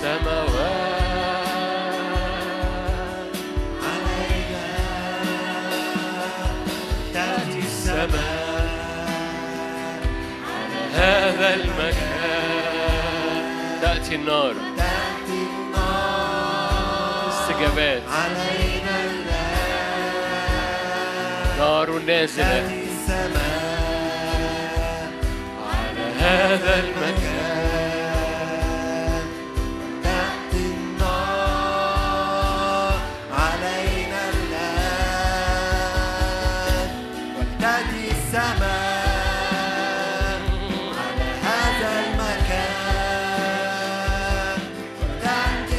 السماوات علينا تأتي السماء على هذا المكان تأتي النار تأتي النار استجابات علينا نار نازلة تأتي السماء على هذا المكان تأتي النار علينا الآن وتأتي السماء على هذا المكان وتأتي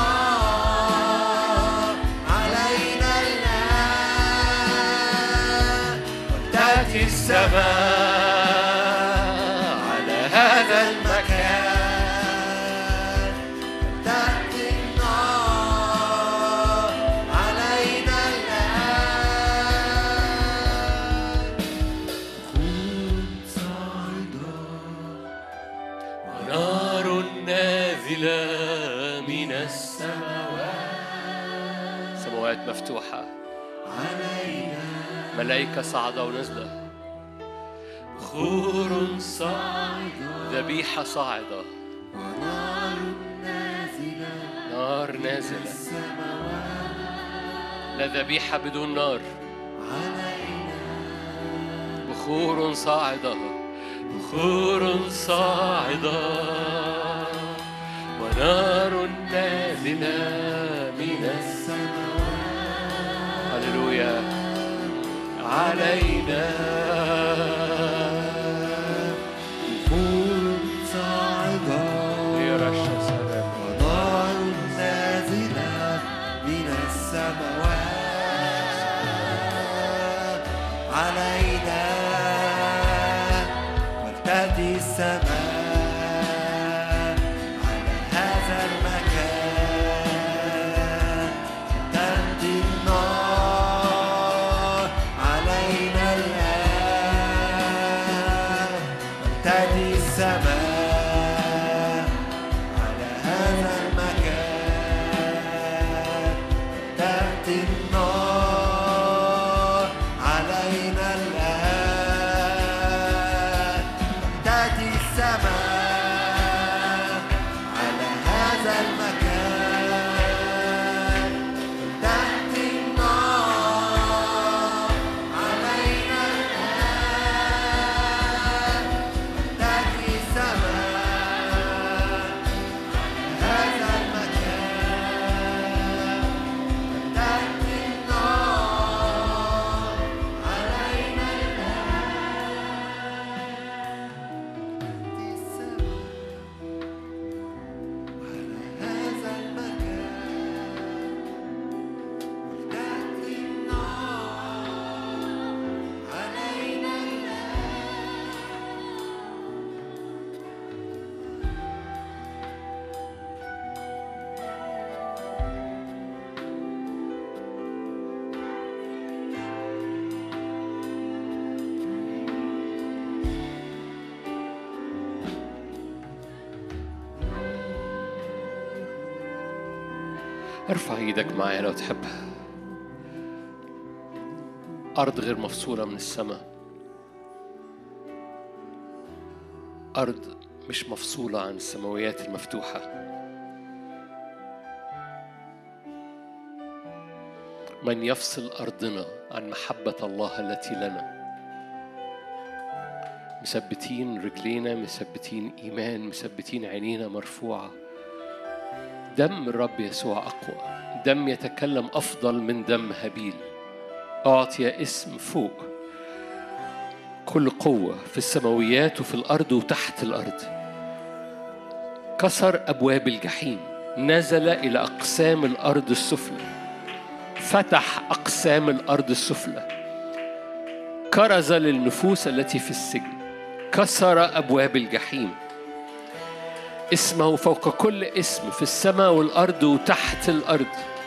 النار علينا الآن وتأتي السماء على هذا المكان تأتي النار علينا الآن خذ صعدا ونار نازلة من السماوات سماوات مفتوحة علينا ملائكة صاعدة ونازلة بخور صاعدة ذبيحة صاعدة ونار نازلة نار نازلة لا ذبيحة بدون نار علينا بخور صاعدة بخور صاعدة ونار نازلة من السماوات هللويا علينا بخور صاعدة ونار نازلة من السماوات علينا ولتأتي السماء على هذا المكان تأتي النار علينا الآن تأتي السماء على هذا المكان تأتي النار علينا الآن تأتي السماء على هذا المكان تأتي النار علينا الآن تأتي السماء هذا المكان تأتي النار علينا هذا المكان تأتي النار علينا ارفع ايدك معايا لو تحب. أرض غير مفصولة من السماء، أرض مش مفصولة عن السماويات المفتوحة. من يفصل أرضنا عن محبة الله التي لنا؟ مثبتين رجلينا، مثبتين إيمان، مثبتين عينينا مرفوعة. دم الرب يسوع أقوى، دم يتكلم أفضل من دم هابيل. أعطي اسم فوق كل قوة في السماويات وفي الأرض وتحت الأرض. كسر أبواب الجحيم، نزل إلى أقسام الأرض السفلى، فتح أقسام الأرض السفلى، كرز للنفوس التي في السجن، كسر أبواب الجحيم. اسمه فوق كل اسم في السماء والأرض وتحت الأرض.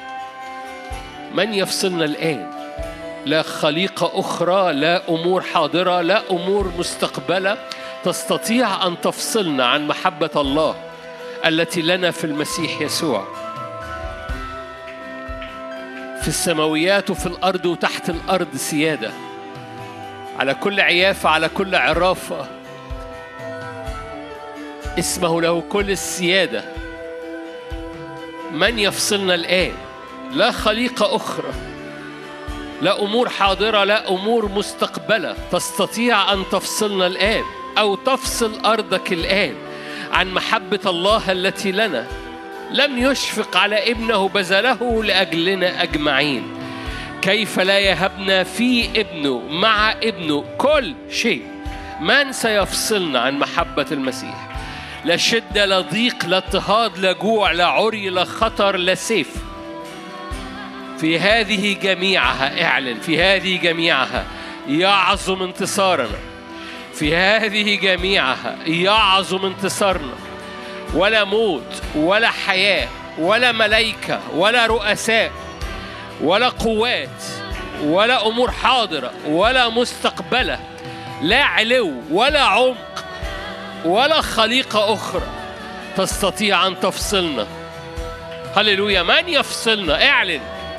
من يفصلنا الآن؟ لا خليقة أخرى، لا أمور حاضرة، لا أمور مستقبلة تستطيع أن تفصلنا عن محبة الله. التي لنا في المسيح يسوع، في السماويات وفي الأرض وتحت الأرض سيادة، على كل عيافة، على كل عرافة. اسمه له كل السيادة. من يفصلنا الآن؟ لا خليقة أخرى، لا أمور حاضرة، لا أمور مستقبلة تستطيع أن تفصلنا الآن أو تفصل أرضك الآن عن محبة الله التي لنا. لم يشفق على ابنه بذله لأجلنا أجمعين، كيف لا يهبنا في ابنه مع ابنه كل شيء؟ من سيفصلنا عن محبة المسيح؟ لا شدة، لا ضيق، لا اضطهاد، لا جوع، لا عري، لا خطر، لا سيف. في هذه جميعها اعلن، في هذه جميعها يعظم انتصارنا، في هذه جميعها يعظم انتصارنا. ولا موت ولا حياة ولا ملائكة ولا رؤساء ولا قوات ولا أمور حاضرة ولا مستقبلة، لا علو ولا عمق ولا خليقة أخرى تستطيع أن تفصلنا. هللويا. من يفصلنا؟ اعلن.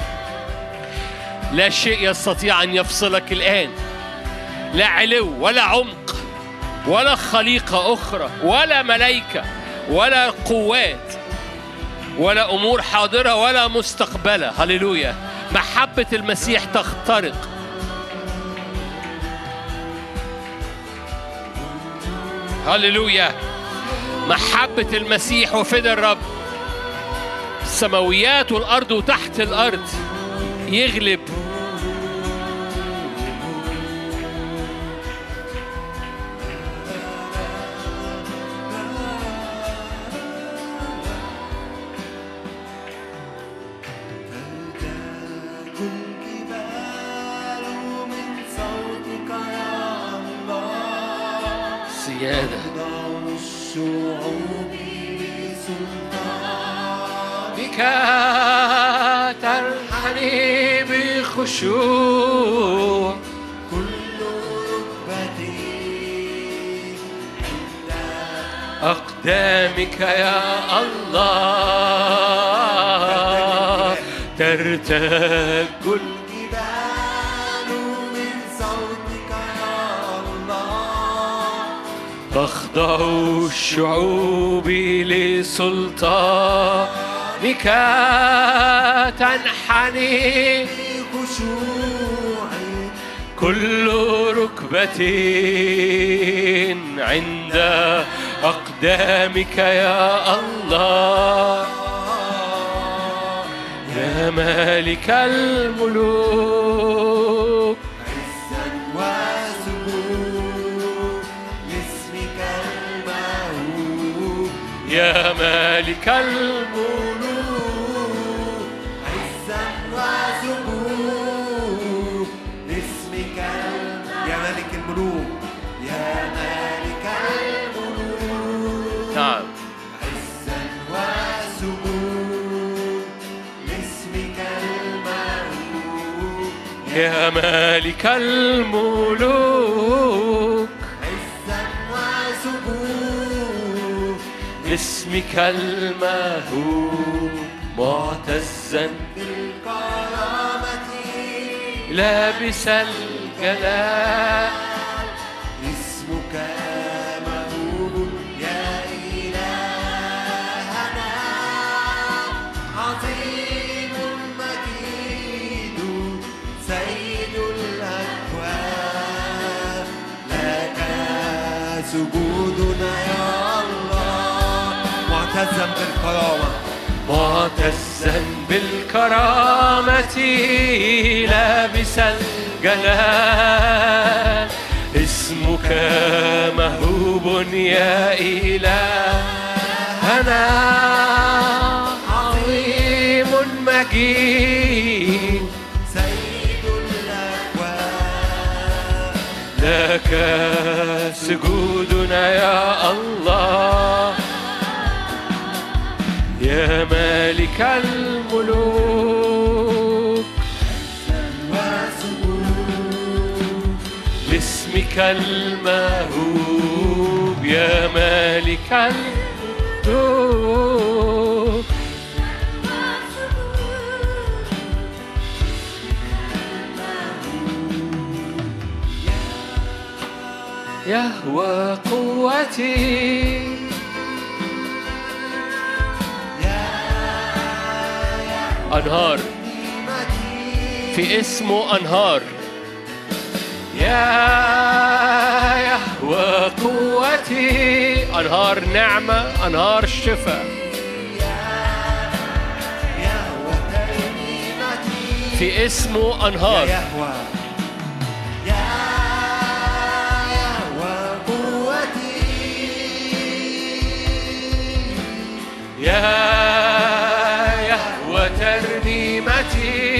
لا شيء يستطيع أن يفصلك الآن، لا علو ولا عمق ولا خليقة أخرى ولا ملائكة ولا قوات ولا أمور حاضرة ولا مستقبلة. هللويا. محبة المسيح تخترق. هللويا. محبة المسيح وفداء الرب، السماويات والأرض وتحت الأرض، يغلب. سيادة بك تنحني بخشوع كل ركبتي عند أقدامك يا الله. ترتج كل تخضع الشعوب لسلطانك، تنحني بخشوعي كل ركبة عند أقدامك يا الله. يا مالك الملوك يا مالك الملوك عزا وسجود لاسمك. يا مالك الملوك، يا مالك الملوك. نعم. عزا وسجود لاسمك الملوك. يا مالك الملوك اسمك المهوب، معتزا بالكرامة لابس الجلال. اسمك مهوب يا إلهنا، عظيم مجيد سيد الأكوان. لك سجودنا يا معتزا بالكرامة، معتزا بالكرامة لابس الجلال. اسمك مهوب يا إلهنا، عظيم مجيد سيد الأكوان. لك سجودنا يا الله. يا مالك الملوك لاسمك المهوب. يا مالك الملوك قدوس يهوى قوتي أنهار في اسمه أنهار يا يهوى قوتي أنهار نعمة أنهار شفاء في اسمه أنهار يا يهوى ترنيمتي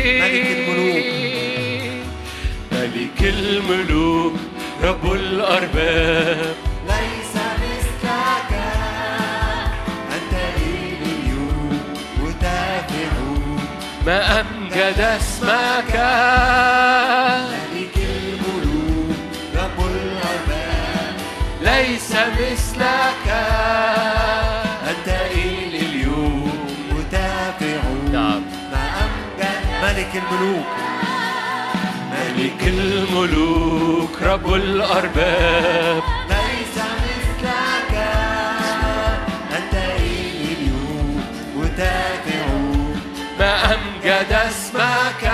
ملك الملوك رب الأرباب ليس مثلك أنت اليوم وتابع ما أمجد اسمك ملك الملوك رب الأرباب ليس مثلك أنت اليوم وتابع نعم ما أمجد ملك الملوك ملك الملوك رب الأرباب ليس مثلك أنت اليوم وتابع ما أمجد اسمك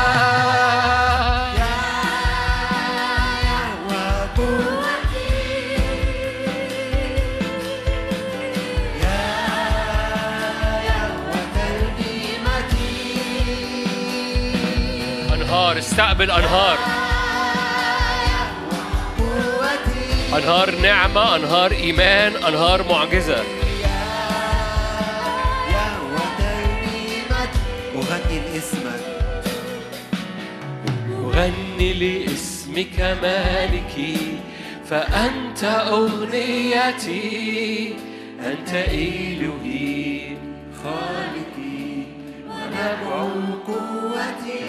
أنهار استقبل أنهار أنهار نعمة أنهار إيمان أنهار معجزة أغني لاسمك أغني لاسمك مالكي فأنت أغنيتي أنت إلهي خالقي ونبع قوتي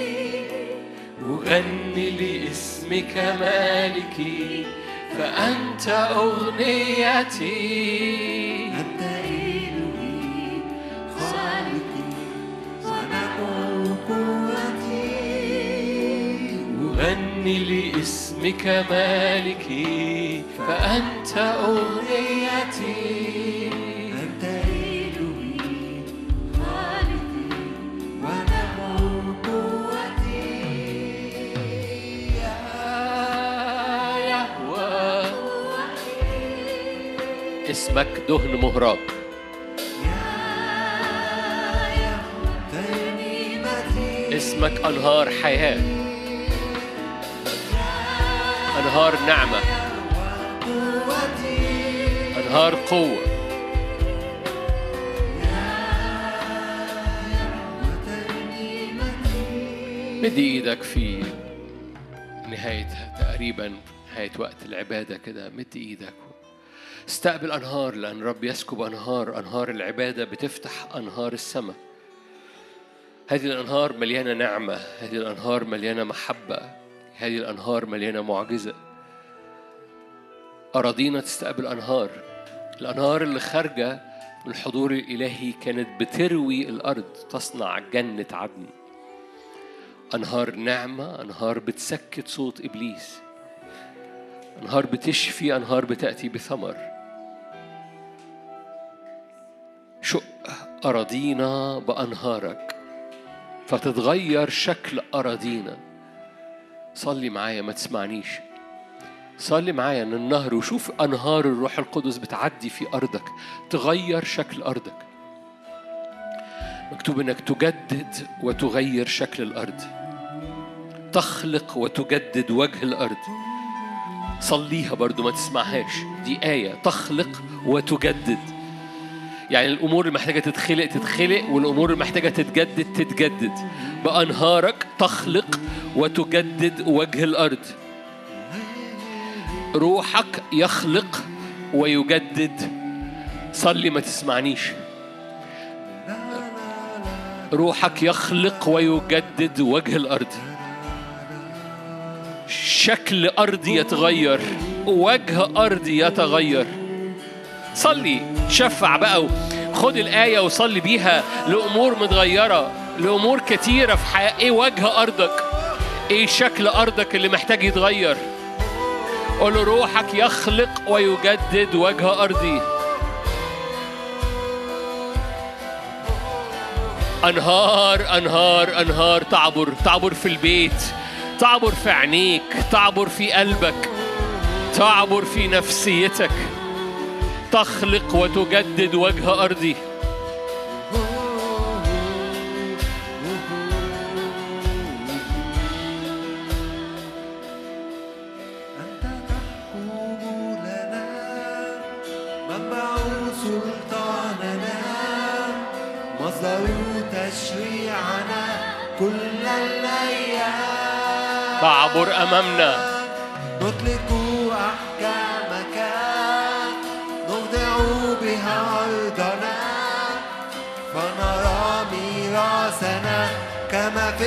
أغني لاسمك مالكي فأنت أغنيتي أنت إلهي خالقي ونبع قوتي أغني لاسمك مالكي فأنت أغنيتي أنت إلهي خالقي ونبع قوتي يا يهوى اسمك دهن مهراق اسمك أنهار حياة أنهار نعمة أنهار قوة مد إيدك في نهاية تقريبا نهاية وقت العبادة كده مد إيدك استقبل أنهار لأن رب يسكب أنهار العبادة بتفتح أنهار السماء هذه الأنهار مليانة نعمة هذه الأنهار مليانة محبة هذه الأنهار مليانة معجزة أراضينا تستقبل أنهار الأنهار اللي خارجة من الحضور الإلهي كانت بتروي الأرض تصنع جنة عدن أنهار نعمة أنهار بتسكت صوت إبليس أنهار بتشفي أنهار بتأتي بثمر شق أراضينا بأنهارك فتتغير شكل أراضينا صلي معايا ما تسمعنيش صلي معايا ان النهر وشوف أنهار الروح القدس بتعدي في أرضك تغير شكل أرضك مكتوب انك تجدد وتغير شكل الأرض تخلق وتجدد وجه الأرض صليها برضو ما تسمعهاش دي آية تخلق وتجدد يعني الأمور اللي محتاجة تتخلق والأمور اللي محتاجة تتجدد بأنهارك تخلق وتجدد وجه الأرض روحك يخلق ويجدد صلي ما تسمعنيش روحك يخلق ويجدد وجه الأرض شكل أرضي يتغير وجه أرضي يتغير صلي، شفع بقى، خد الآية وصلي بيها لأمور متغيرة، لأمور كتيرة في حياة. إيه وجه أرضك؟ إيه شكل أرضك اللي محتاج يتغير؟ قول له روحك يخلق ويجدد وجه أرضي. أنهار أنهار أنهار تعبر في البيت، تعبر في عينيك، تعبر في قلبك، تعبر في نفسيتك. تخلق وتجدد وجه أرضي. أنت تحكم لنا منبع سلطاننا مصدر تشريعنا كل الأيام. تعبر أمامنا، نطلق أحكامك نخضع بها أرضنا فنرى ميراثنا كما في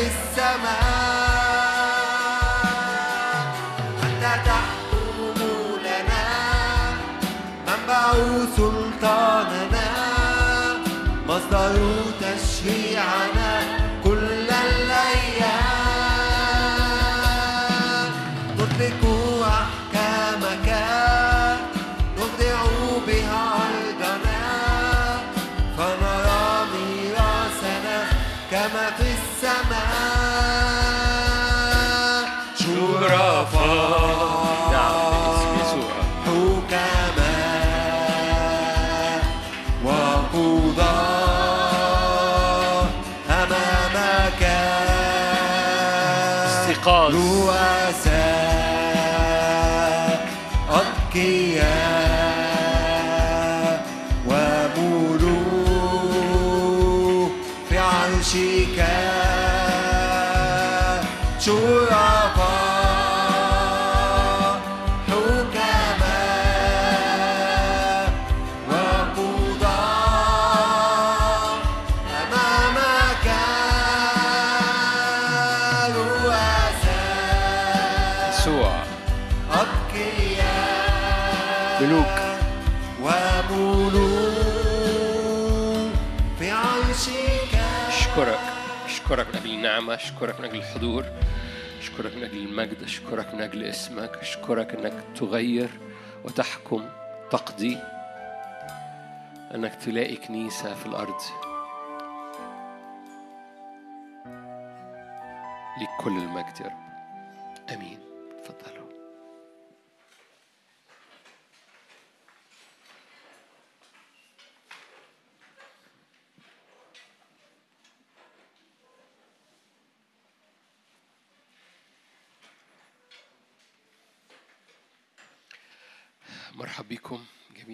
السماء. أنت تحكم لنا منبع سلطاننا مصدر تشريعنا كل الأيام. نطلق أحكامك نخضع بها أرضنا فنرى ميراثنا كما في السماء. شرفاء نعم باسم يسوع، حكماء وقضاة أمامك استيقاظ، رؤساء أتقياء وملوك في عرشك. شرفاء حكماء وقضاة أمامك رؤساء يسوع، أتقياء ملوك. وملوك في عرشك. أشكرك من أجل النعمة، أشكرك من أجل الحضور، أشكرك من أجل المجد، أشكرك من أجل اسمك، أشكرك أنك تغير وتحكم، تقضي، أنك تلاقي كنيسة في الأرض. ليك كل المجد يا رب. آمين. تفضلوا. مرحب بكم جميعا.